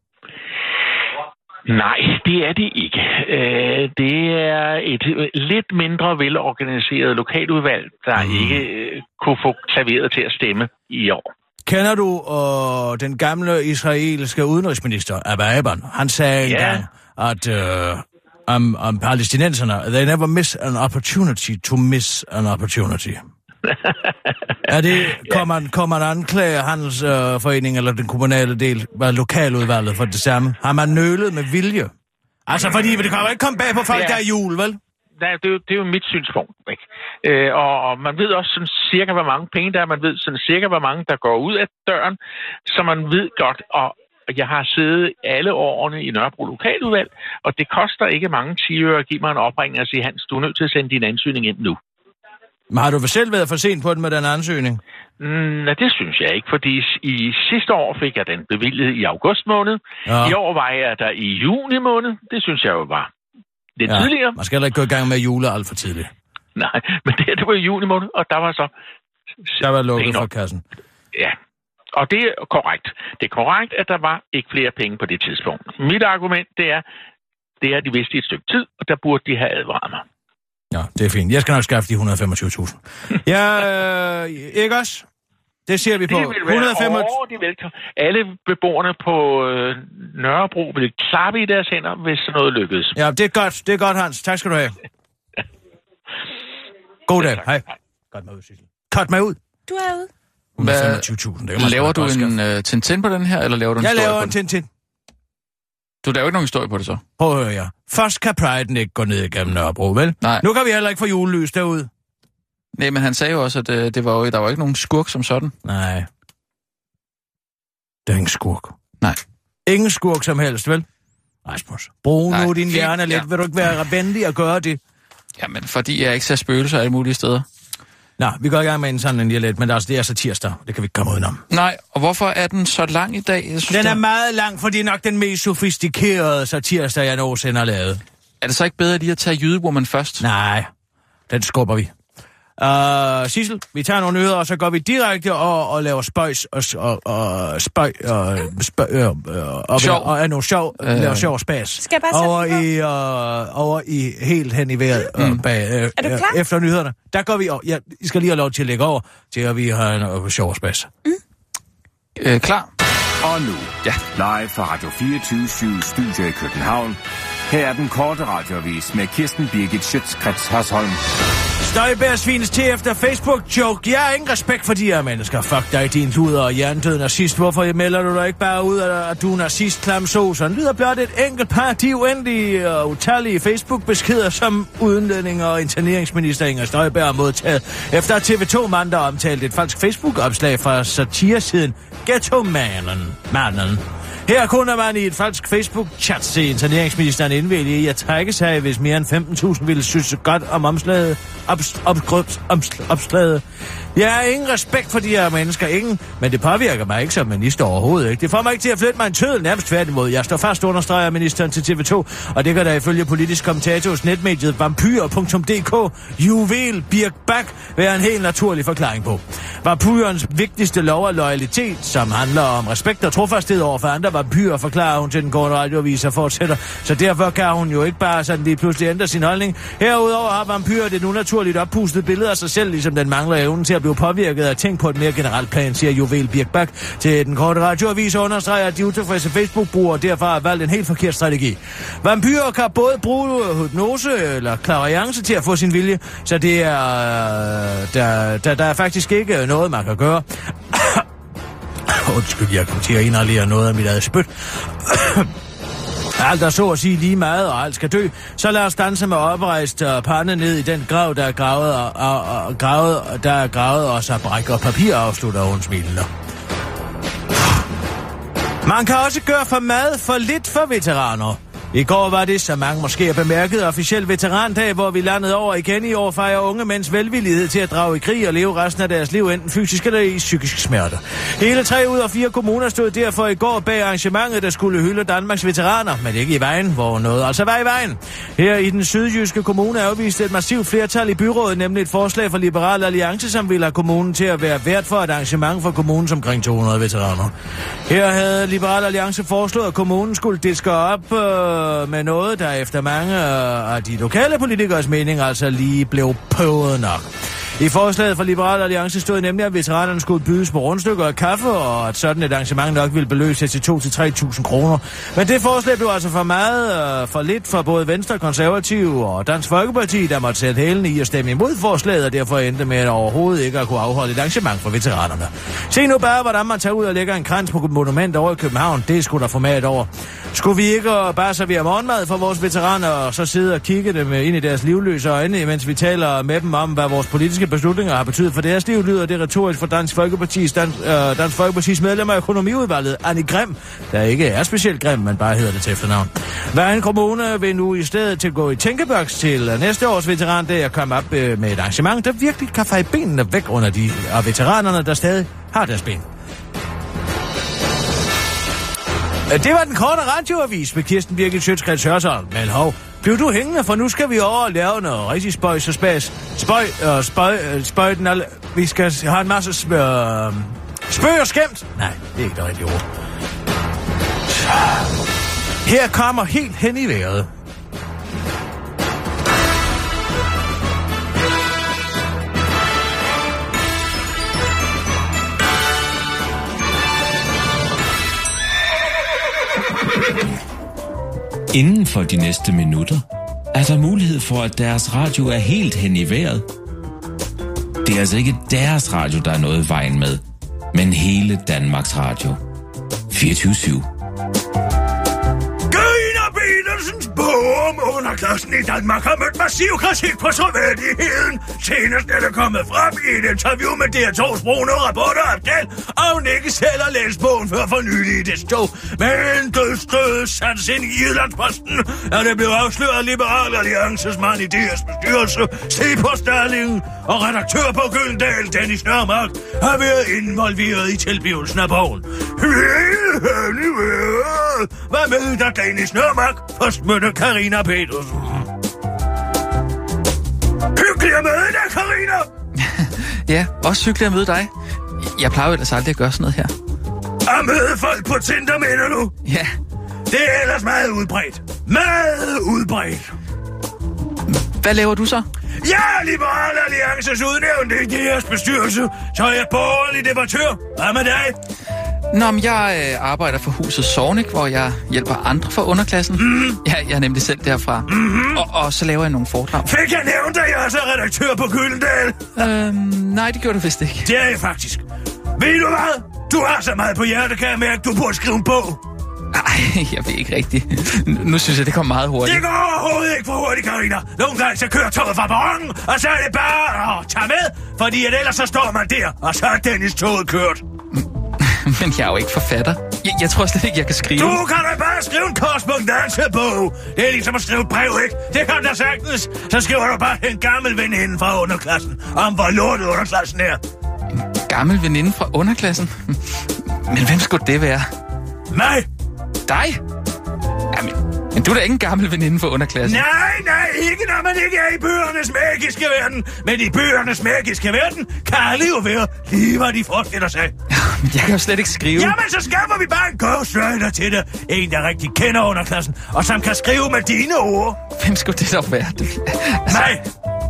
Nej, det er det ikke. Det er et lidt mindre velorganiseret lokaludvalg, der ikke kunne få klaveret til at stemme i år. Kender du den gamle israelske udenrigsminister, Abba Eban? Han sagde engang, at om palæstinenserne, they never miss an opportunity to miss an opportunity. Er det, kommer man anklage Handelsforeningen eller den kommunale del af lokaludvalget for det samme? Har man nølet med vilje? Altså, fordi det kan jo ikke komme bag på folk, der er jul, vel? Nej, det er jo mit synspunkt, ikke? Og man ved også sådan cirka, hvor mange penge der er. Man ved sådan cirka, hvor mange der går ud af døren. Så man ved godt, og jeg har siddet alle årene i Nørrebro Lokaludvalg, og det koster ikke mange 10 øre at give mig en opringning og sige, Hans, du er nødt til at sende din ansøgning ind nu. Men har du selv været for sent på den med den ansøgning? Nej, det synes jeg ikke, fordi i sidste år fik jeg den bevilget i august måned. Ja. I år var jeg der i juni måned. Det synes jeg jo var lidt tidligere. Man skal heller ikke gå i gang med jule alt for tidligt. Nej, men det var i juni måned, og der var så... Der var lukket fra kassen. Ja, og det er korrekt. Det er korrekt, at der var ikke flere penge på det tidspunkt. Mit argument, det er, de vidste i et stykke tid, og der burde de have advaret mig. Ja, det er fint. Jeg skal nok skaffe de 125.000. Ja, ikke også? Det ser vi på. Det vil være alle beboerne på Nørrebro vil klappe i deres hænder, hvis noget lykkedes. Ja, det er godt. Det er godt, Hans. Tak skal du have. God dag. Hej. Cut mig ud, Sissel. Cut mig ud. Du er ude. 125.000. Laver du en Tintin på den her, eller laver du en historie på den? Jeg laver en Tintin. Du laver ikke nogen historie på det så? Prøv at høre, ja. Først kan Pride'en ikke gå ned igennem Nørrebro, vel? Nej. Nu kan vi heller ikke få julelys derude. Nej, men han sagde jo også, at der var ikke nogen skurk som sådan. Nej. Der er ingen skurk. Nej. Ingen skurk som helst, vel? Rasmus, brug nu din hjerne lidt. Ja. Vil du ikke være venlig at gøre det? Jamen, fordi jeg ikke ser spøgelser alle mulige steder. Nå, vi går i gang med en sådan en lige lidt, men det er så tirsdag. Det kan vi ikke komme udenom. Nej, og hvorfor er den så lang i dag? Den er meget lang, fordi det er nok den mest sofistikerede satirsdag, jeg nogensinde har lavet. Er det så ikke bedre lige at tage Jydewoman først? Nej, den skubber vi. Sissel, vi tager nogle nyheder, og så går vi direkte og laver spøjs og noget sjov, laver sjov og spas. Skal jeg bare over i helt hen i vejret. Er du klar? Efter nyhederne. Der går vi over. Ja, I skal lige have lov til at lægge over, til at vi har en sjov og spas. Klar. Og nu, live fra Radio 24/7 Studio i København. Her er den korte radioavis med Kirsten Birgit Schøtz-Krets Hørsholm. Støjberg svines til efter Facebook-joke. Jeg har ingen respekt for de her mennesker. Fuck dig, din luder og hjernedød nazist. Hvorfor melder du dig ikke bare ud af, at du er nazist, klam så? Sådan lyder blot et enkelt par de uendelige og utallige Facebook-beskeder, som udenlænding og interneringsminister Inger Støjberg har modtaget, efter at TV2 mandag omtalte et falsk Facebook-opslag fra satiresiden Ghetto-mannen. Her kunne man i et falsk Facebook-chat se interneringsministeren indvælge i at trække sig, hvis mere end 15.000 ville synes godt om opslaget. Jeg har ingen respekt for de her mennesker, ingen, men det påvirker mig ikke som minister overhovedet, ikke? Det får mig ikke til at flytte mig en tødel, nærmest tværtimod. Jeg står fast, understreger ministeren til TV2, og det kan der ifølge politisk kommentator hos netmediet vampyr.dk Juvel Birk Bak være en helt naturlig forklaring på. Vampyrens vigtigste lov er loyalitet, som handler om respekt og trofasthed over for andre vampyrer, forklarer hun til den korte radioavis og fortsætter. Så derfor kan hun jo ikke bare sådan lige pludselig ændre sin holdning. Herudover har vampyrer et unaturligt oppustet billede af sig selv, ligesom den mangler evnen til at blive påvirket af ting på et mere generelt plan, siger Juvel Birk Bak til den korte radioavis og understreger, at de utilfredse Facebook-brugere derfor har valgt en helt forkert strategi. Vampyrer kan både bruge hypnose eller clairvoyance til at få sin vilje, så det er der er faktisk ikke noget, man kan gøre. Undskyld, jeg kom til at inhalere noget af mit eget spyt. Alt er så at sige lige meget, og alt skal dø. Så lad os danse med oprejst pande ned i den grav, der er gravet, og så brækker papir, afslutter hun smilende. Man kan også gøre for meget for lidt for veteraner. I går var det, som mange måske har bemærket, officiel veterandag, hvor vi landede over igen i år fejrer unge mænds velvillighed til at drage i krig og leve resten af deres liv, enten fysisk eller i psykisk smerte. Hele 3 ud af 4 kommuner stod derfor i går bag arrangementet, der skulle hylde Danmarks veteraner, men ikke i vejen, hvor noget altså var i vejen. Her i den sydjyske kommune afviste et massivt flertal i byrådet, nemlig et forslag fra Liberal Alliance, som ville have kommunen til at være vært for et arrangement for kommunens omkring 200 veteraner. Her havde Liberal Alliance foreslået, at kommunen skulle diske op med noget, der efter mange af de lokale politikers mening altså lige blev pøvet nok. I forslaget fra Liberal Alliance stod nemlig, at veteranerne skulle bydes på rundstykker og kaffe, og at sådan et arrangement nok ville beløbe sig til 2.000-3.000 kroner. Men det forslag blev altså for meget for lidt for både Venstre, Konservative og Dansk Folkeparti, der måtte sætte hælene i at stemme imod forslaget, og derfor endte med at overhovedet ikke at kunne afholde et arrangement for veteranerne. Se nu bare, hvordan man tager ud og lægger en krans på monument over i København. Det skulle der format over. Skulle vi ikke bare servere morgenmad for vores veteraner, og så sidde og kigge dem ind i deres livløse øjne, mens vi taler med dem om, hvad vores politiske politiske beslutninger har betydet for deres liv, lyder det retorisk for Dansk Folkepartis medlem af økonomiudvalget, Annie Grim, der ikke er specielt grim, men bare hedder det til efternavn. Vejen Kommune vil nu i stedet til gå i tænkeboks til næste års veterandag og komme op med et arrangement, der virkelig kan feje benene væk under de af veteranerne, der stadig har deres ben. Det var den korte radioavis med Kirsten Birgit Schøtz-Krets Hørsholm. Men hov, blev du hængende, for nu skal vi over og lave noget rigtig spøj, så spas. Spøj den alle. Vi skal have en masse spøg og skæmt. Nej, det er ikke det rigtige ord. Her kommer helt hen i vejret. Inden for de næste minutter er der mulighed for, at deres radio er helt hen i vejret. Det er altså ikke deres radio, der er noget i vejen med, men hele Danmarks Radio. 24/7. Petersens bog om underklassen i Danmark har mødt massiv kritik på troværdigheden. Senest er der kommet frem i et interview med DR2's brune rapporteropdel, og hun ikke selv har læst bogen før for nylig i det stå. Men dødstød sattes ind i Jyllandsposten, da det blev afsløret Liberal Alliances mand i DR's bestyrelse, Cepos Stalling og redaktør på Gyldendal, Dennis Nørmark, har været involveret i tilblivelsen af bogen. Hvad med der Dennis Nørmark først mødte Carina Petersen? Hyggelig at møde dig, Carina! Ja, også hyggelig at møde dig. Jeg plejer jo ellers aldrig at gøre sådan noget her. At møde folk på Tinder, mener du? Ja. Det er ellers meget udbredt. Meget udbredt. Hvad laver du så? Jeg er Liberal Alliances udnævnte i deres bestyrelse, så er jeg borgerlig debattør. Hvad med dig? Nå, men jeg arbejder for huset Zornig, hvor jeg hjælper andre fra underklassen. Ja, jeg er nemlig selv derfra. Og så laver jeg nogle foredrag. Fik jeg nævnt, at jeg også er redaktør på Gyldendal? Nej, det gjorde du vist ikke. Det er jeg faktisk. Ved du hvad? Du har så meget på hjertet, kan jeg mærke, du burde skrive en bog. Nej, jeg ved ikke rigtigt. Nu synes jeg, det kommer meget hurtigt. Det går overhovedet ikke for hurtigt, Carina. Nogle gange så kører toget fra perronen, og så er det bare at tage med, fordi ellers så står man der, og så er Dennis toget kørt. Men jeg er jo ikke forfatter. Jeg tror slet ikke, jeg kan skrive. Du kan da bare skrive en korrespondancebog. Det er ligesom at skrive et brev, ikke? Det kan da sagtens. Så skriver du bare en gammel veninde fra underklassen, om hvor lortet underklassen er. En gammel veninde fra underklassen? Men hvem skulle det være? Mig. Dig? Men du er da ikke en gammel veninde fra underklassen. Nej, ikke når man ikke er i bøgernes magiske verden. Men i bøgernes magiske verden kan alle jo være lige, hvad de forestiller sig. Men jeg kan jo slet ikke skrive. Jamen, så skaffer vi bare en ghostwriter til det. En, der rigtig kender underklassen, og som kan skrive med dine ord. Hvem skulle det dog være? Altså, mig.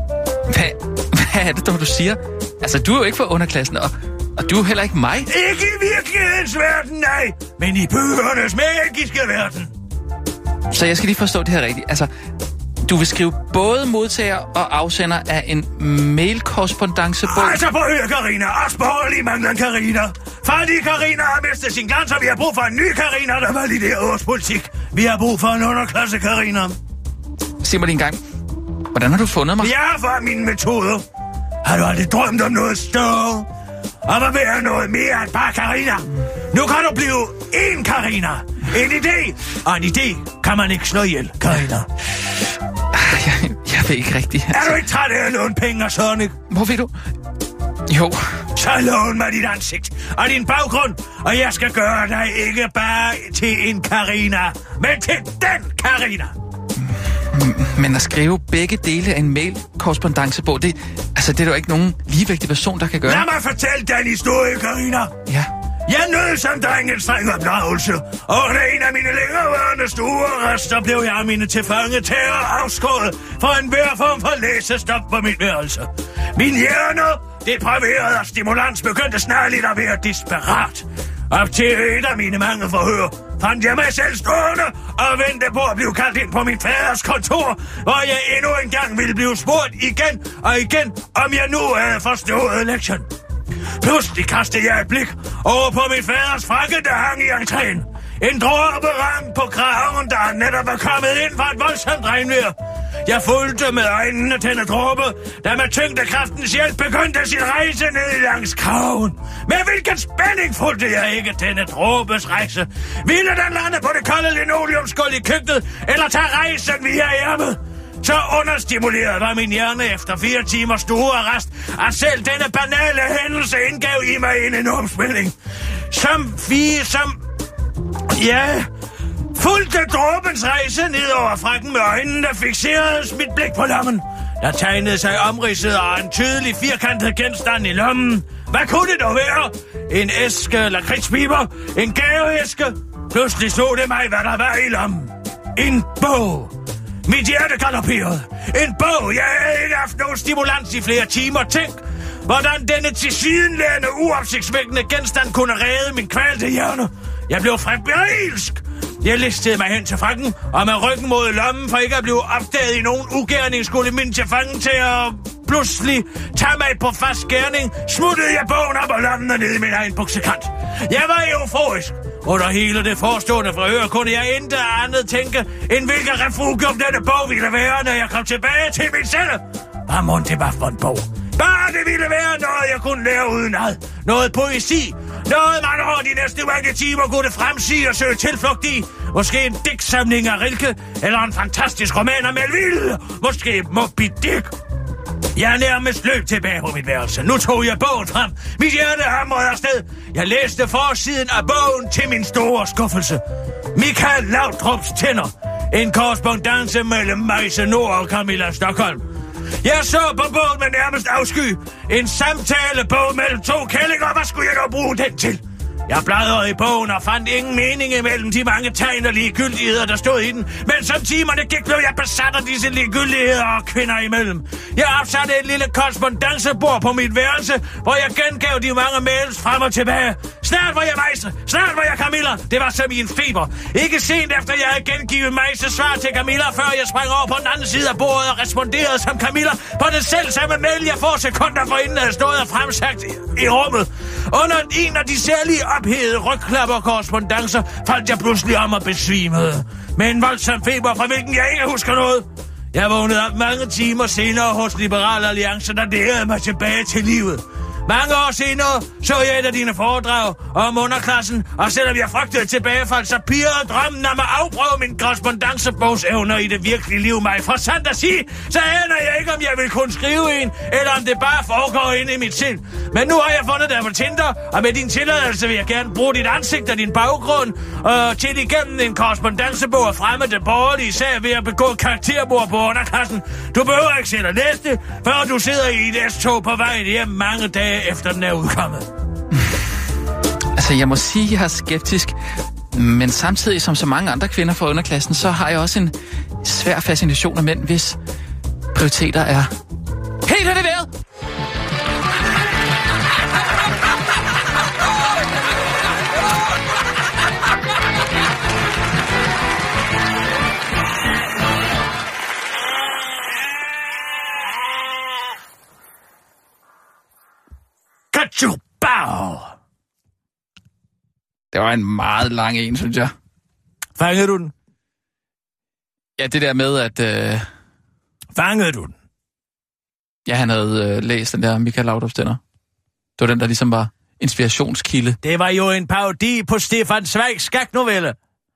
Hvad er det dog, du siger? Altså, du er jo ikke fra underklassen, og du er heller ikke mig. Ikke i virkelighedens verden, nej. Men i bøgernes magiske verden. Så jeg skal lige forstå det her rigtigt. Altså, du vil skrive både modtager og afsender af en mail-korrespondancebog? Altså, prøv at høre, Carina. Os borgerlige mangler en Carina. Fordi Carina har mistet sin glans, og vi har brug for en ny Carina, der validerer vores politik. Vi har brug for en underklasse, Carina. Sig mig lige en gang. Hvordan har du fundet mig? Jeg har fundet mine metoder. Har du aldrig drømt om noget større? Og hvad være noget mere end bare Carina? Nu kan du blive én Carina. En idé. Og en idé kan man ikke slå ihjel, Carina. Jeg ved ikke rigtigt. Altså. Er du ikke træt af at låne penge og sådan, ikke? Hvor ved du? Jo. Så lån mig dit ansigt og din baggrund, og jeg skal gøre dig ikke bare til en Carina, men til den Carina. Men at skrive begge dele af en mail-korrespondancebog, det er jo ikke nogen ligevægtig person, der kan gøre. Lad mig fortælle den historie, Carina. Ja. Jeg nød som dreng en streng opdragelse, og under en af mine længerevarende stuerester blev jeg mine tilfangetager afskåret for enhver form for læsestop på mit værelse. Min hjerne, depraveret og stimulans, begyndte snarligt at være desperat. Op til et af mine mange forhør fandt jeg mig selv stående og ventede på at blive kaldt ind på min faders kontor, hvor jeg endnu engang ville blive spurgt igen og igen, om jeg nu havde forstået lektionen. Pludselig kastede jeg et blik over på min faders frakke, der hang i entréen. En dråbe rang på kraven, der netop var kommet ind fra et voldsomt regnvejr. Jeg fulgte med øjnene denne dråbe, da med tyngdekraftens hjælp begyndte sin rejse ned langs kraven. Med hvilken spænding fulgte jeg ikke denne dråbes rejse? Ville den lande på det kolde linoleumsgulv i køkkenet, eller tage rejsen via hjemmet? Så understimuleret var min hjerne efter 4 timers stuearrest, at selv denne banale hændelse indgav i mig en enorm spænding. Fulgte dråbens rejse ned over frakken med øjnene, der fikseredes mit blik på lommen. Der tegnede sig omridset af en tydelig firkantet genstand i lommen. Hvad kunne det dog være? En æske eller kridtspiber? En gaveæske? Pludselig så det mig, hvad der var i lommen. En bog. Mit hjerte galopperede. En bog. Jeg havde ikke haft nogen stimulans i flere timer. Tænk, hvordan denne tilsyneladende uopsigtsvækkende genstand kunne redde min kvalte hjerne. Jeg blev febrilsk. Jeg listede mig hen til frakken, og med ryggen mod lommen, for ikke at blive opdaget i nogen ugerning, skulle min fange til at pludselig tage mig på fast gerning, smuttede jeg bogen op og lommen og ned i min egen buksekant. Jeg var euforisk. Under hele det forestående forhør kunne jeg intet andet tænke, end hvilket refugium denne bog ville være, når jeg kom tilbage til min celle. Hvad mon det var for en bog? Bare det ville være noget, jeg kunne lære udenad. Noget poesi. Noget, man over de næste mange timer kunne fremsige og søge tilflugt i. Måske en digtsamling af Rilke, eller en fantastisk roman af Melville. Måske Moby Dick. Jeg nærmest løb tilbage på mit værelse. Nu tog jeg bogen frem. Mit hjerte hamrede afsted. Jeg læste forsiden af bogen til min store skuffelse. Michael Laudrups tænder. En korrespondance mellem Maise Nord og Camilla Stockholm. Jeg så på bogen med nærmest afsky. En samtalebog mellem 2 kællinger. Hvad skulle jeg dog bruge den til? Jeg bladrede i bogen og fandt ingen mening imellem de mange tegn og ligegyldigheder, der stod i den. Men som timerne gik, blev jeg besat af disse ligegyldigheder og kvinder imellem. Jeg opsatte et lille korrespondancebord på mit værelse, hvor jeg gengav de mange mails frem og tilbage. Snart var jeg Maise, snart var jeg Camilla. Det var som i en feber. Ikke sent efter jeg havde gengivet Maises svar til Camilla, før jeg sprang over på den anden side af bordet og responderede som Camilla på den selv samme mail, jeg få sekunder forinden havde stået og fremsagt i rummet. Under en af de særlige ophedede rygklapper-korrespondancer faldt jeg pludselig om og besvimede. Med en voldsom feber, fra hvilken jeg ikke husker noget. Jeg vågnede op mange timer senere hos Liberal Alliance, der lærede mig tilbage til livet. Mange år senere så jeg et af dine foredrag om underklassen, og selvom jeg frygtede tilbagefald, så pirrede drømmen om at afprøve min korrespondancebogsevner i det virkelige liv mig. For sandt at sige, så aner jeg ikke, om jeg vil kunne skrive en, eller om det bare foregår inde i mit sind. Men nu har jeg fundet dig på Tinder, og med din tilladelse vil jeg gerne bruge dit ansigt og din baggrund til igennem en korrespondancebog at fremme det borgerlige sag ved at begå karakterbord på underklassen. Du behøver ikke selv at læse det, før du sidder i et S-tog på vej hjem mange dage efter den er udkommet. Altså, jeg må sige, at jeg er skeptisk, men samtidig som så mange andre kvinder fra underklassen, så har jeg også en svær fascination af mænd, hvis prioriteter er helt hen i vejret. Kachubau! Det var en meget lang en, synes jeg. Fangede du den? Ja, det der med, at... Fangede du den? Ja, han havde læst den der Michael Laudrups tænder. Det var den, der ligesom var inspirationskilde. Det var jo en parodi på Stefan Zweigs skaknovelle.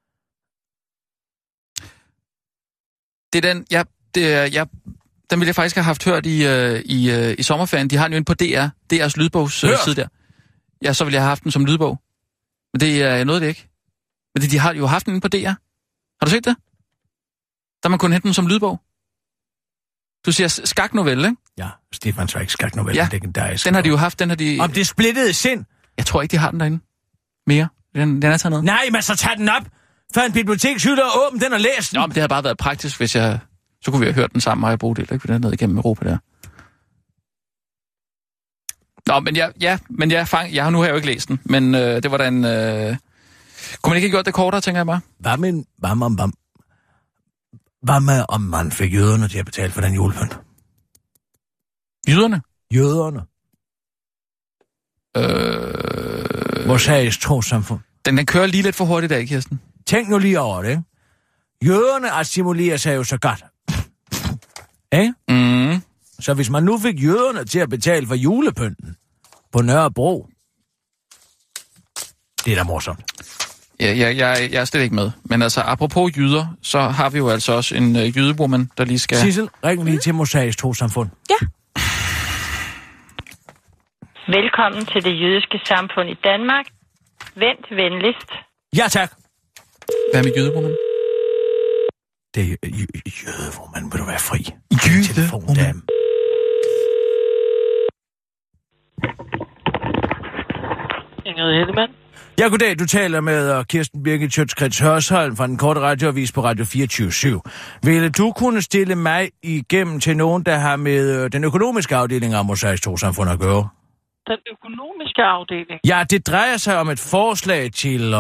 Det er den, den ville jeg faktisk have haft hørt i sommerferien. De har den jo inde på DR's lydbogsside der. Ja, så ville jeg have haft den som lydbog. Men det er noget, det ikke. Men de har jo haft den inde på DR. Har du set det? Der man kunne hente den som lydbog. Du siger skaknovelle, ikke? Ja, Stefan Zweigs skaknovelle. Ja, den har de jo haft. Den har de... Om det splittede sind? Jeg tror ikke, de har den derinde mere. Den er taget ned. Nej, men så tag den op. For en bibliotekshylder og åben den og læs den. Nå, men det havde bare været praktisk, hvis jeg... Så kunne vi have hørt den sammen, og jeg Bodil, ikke? For den ned igennem Europa der. Nå, men jeg har jo ikke læst den, men det var da en... Kunne man ikke have gjort det kortere, tænker jeg bare? Hvad med, om man fik jøderne til at betale for den julepynt? Jøderne? Jøderne. Mosaisk trossamfund. Den kører lige lidt for hurtigt af, Kirsten. Tænk nu lige over det, ikke? Jøderne assimilerer sig jo så godt. Ikke? Mm. Så hvis man nu fik jøderne til at betale for julepynten på Nørrebro, det er da morsomt. Ja, jeg er slet ikke med. Men altså, apropos jyder, så har vi jo altså også en jydewoman, der lige skal... Sissel, ring lige til Mosaisk Trossamfund. Ja. Velkommen til det jødiske samfund i Danmark. Vent venligst. Ja, tak. Hvad med jydewoman? Det er jødewoman, vil du være fri? Jydewoman. Ingrid Hellemann. Ja, goddag. Du taler med Kirsten Birgit Schøtz-Krets Hørsholm fra den korte radioavis på Radio 24/7. Ville du kunne stille mig igennem til nogen, der har med den økonomiske afdeling af Mosaisk Trossamfund at gøre? Den økonomiske afdeling? Ja, det drejer sig om et forslag til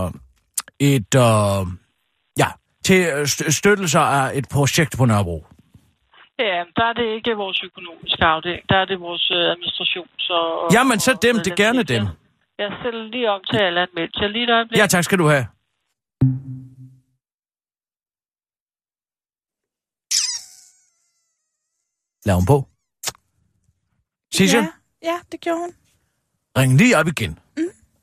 til støttelser af et projekt på Nørrebro. Ja, der er det ikke vores økonomiske afdeling. Der er det vores administrations- og... Jamen, så dem. Det er gerne dem. Jeg stiller lige om til alle anmeldelser. Jeg lige et øjeblik. Ja, tak skal du have. Lad hun på. Sissel? Ja, det gjorde hun. Ring lige op igen. Mm.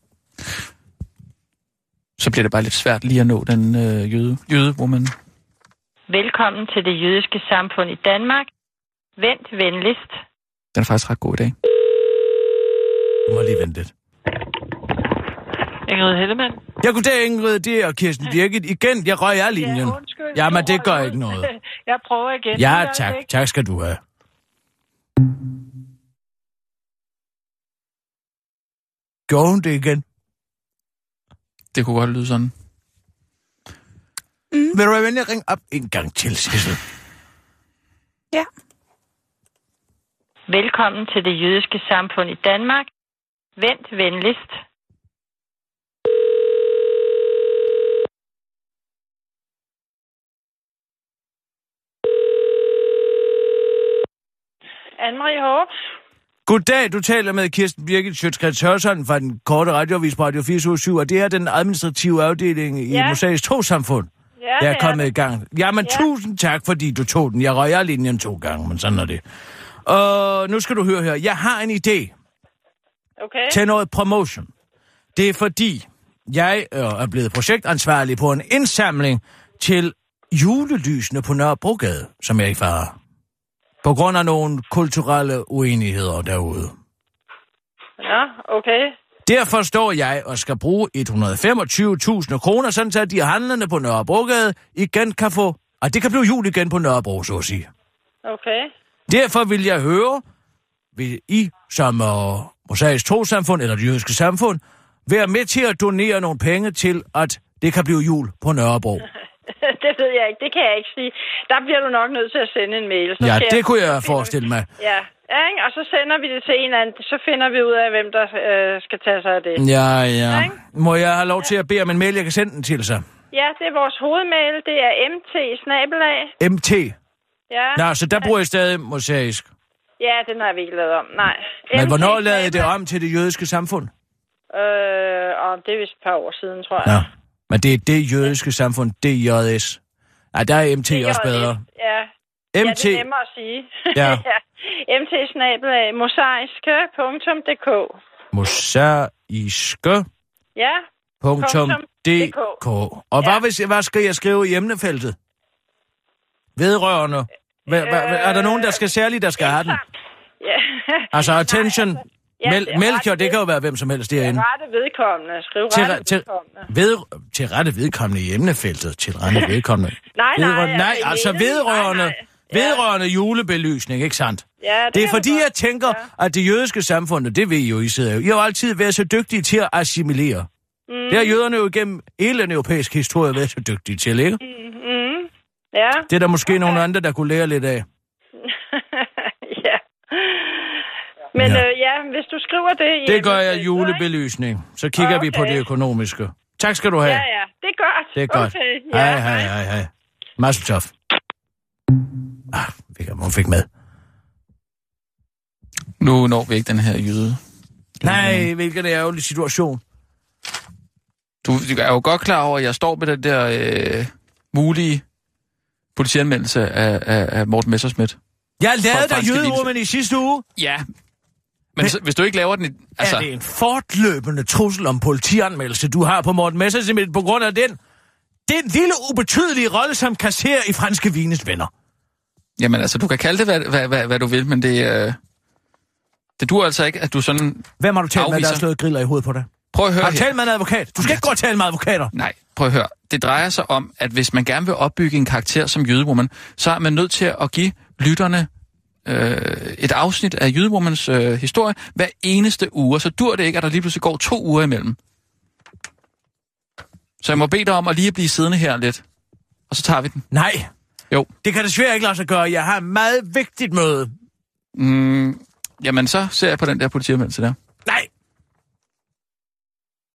Så bliver det bare lidt svært lige at nå den jødewoman. Velkommen til det jødiske samfund i Danmark. Vent venligst. Den er faktisk ret god i dag. Du må lige vente lidt. Ingrid Hellemann. Ja, goddag Ingrid. Det er Kirsten Birgit. Igen, jeg røg af linjen. Ja, undskyld. Jamen, det gør ikke noget. Jeg prøver igen. Ja, tak. Tak skal du have. Gjorde hun det igen? Det kunne godt lyde sådan. Vil du være venlig at ringe op en gang til, Sissel? Ja. Velkommen til det jødiske samfund i Danmark. Vent venligst. Anne-Marie Håb. Goddag, du taler med Kirsten Birgit Schøtz-Krets Hørsholm fra den korte radioavis på Radio 24/7, og det er den administrative afdeling i Mosaisk Trossamfund. Ja, jeg er kommet i gang. Jamen, tusind tak, fordi du tog den. Jeg røg af linjen 2 gange, men sådan er det. Og nu skal du høre her. Jeg har en idé til noget promotion. Det er fordi, jeg er blevet projektansvarlig på en indsamling til julelysene på Nørrebrogade, som jeg i fare. På grund af nogle kulturelle uenigheder derude. Ja, okay. Derfor står jeg og skal bruge 125.000 kroner, sådan så de handlende på Nørrebrogade igen kan få... Og det kan blive jul igen på Nørrebro, så at sige. Okay. Derfor vil jeg høre, vil I som Mosaisk Trossamfund eller det jødiske samfund være med til at donere nogle penge til, at det kan blive jul på Nørrebro? Det ved jeg ikke. Det kan jeg ikke sige. Der bliver du nok nødt til at sende en mail. Så det kunne jeg forestille mig. Ja, ikke? Og så sender vi det til en anden. Så finder vi ud af, hvem der skal tage sig af det. Ja. Må jeg have lov til at bede om en mail, jeg kan sende den til sig? Ja, det er vores hovedmail. Det er mt@. MT? Ja. Nå, så der bruger jeg stadig mosaisk. Ja, den har vi ikke lavet om. Nej. Men hvornår lavede I det om til det jødiske samfund? Det er vist et par år siden, tror jeg. Ja. Men det er det jødiske samfund, DJS. Ja, der er MT også bedre. Ja. MT. Ja, det er nemmere at sige. Ja. mt@mosaiske.dk Mosaiske. Ja. .dk. Og hvad skal jeg skrive i emnefeltet? Vedrørende. Er der nogen, der skal have den? Ja. Altså, attention. Melchior, det kan jo være hvem som helst derinde. Rette vedkommende. Skriv rette vedkommende. Til rette vedkommende i emnefeltet. Til rette vedkommende. Nej, altså vedrørende julebelysning, ikke sandt? Ja, det er fordi, jeg tænker, at det jødiske samfund, det ved I jo, I sidder jo. I har jo altid været så dygtige til at assimilere. Det har jøderne jo igennem hele den europæiske historie været så dygtige til, ikke? Ja. Det er der måske nogle andre, der kunne lære lidt af. Ja. Men hvis du skriver det... Det gør jeg julebelysning. Så kigger vi på det økonomiske. Tak skal du have. Ja, det er godt. Det er godt. Okay. Ja, hej. Masbetov. Hun fik med. Nu når vi ikke den her jyde. Nej, hvilken ærgerlig situation. Du er jo godt klar over, at jeg står med den der mulige politianmeldelse af Morten Messerschmidt. Jeg lavede dig Jydewoman i sidste uge. Ja, men hvis du ikke laver den... Altså... Er det en fortløbende trussel om politianmeldelse, du har på Morten Messerschmidt på grund af den lille ubetydelige rolle som kasserer i Franske Vines Venner? Jamen altså, du kan kalde det, hvad du vil, men det duer altså ikke, at du sådan... Hvem har du talt med, der har slået griller i hovedet på dig? Prøv at høre. Har du talt med en advokat? Du skal ikke gå og tale med advokater. Nej, prøv at høre. Det drejer sig om, at hvis man gerne vil opbygge en karakter som Jydewoman, så er man nødt til at give lytterne et afsnit af Jydewomans historie hver eneste uge. Så dur det ikke, at der lige pludselig går 2 uger imellem. Så jeg må bede dig om at lige blive siddende her lidt. Og så tager vi den. Nej. Jo. Det kan desværre ikke lade sig gøre. Jeg har et meget vigtigt møde. Jamen, så ser jeg på den der politianmeldelse der.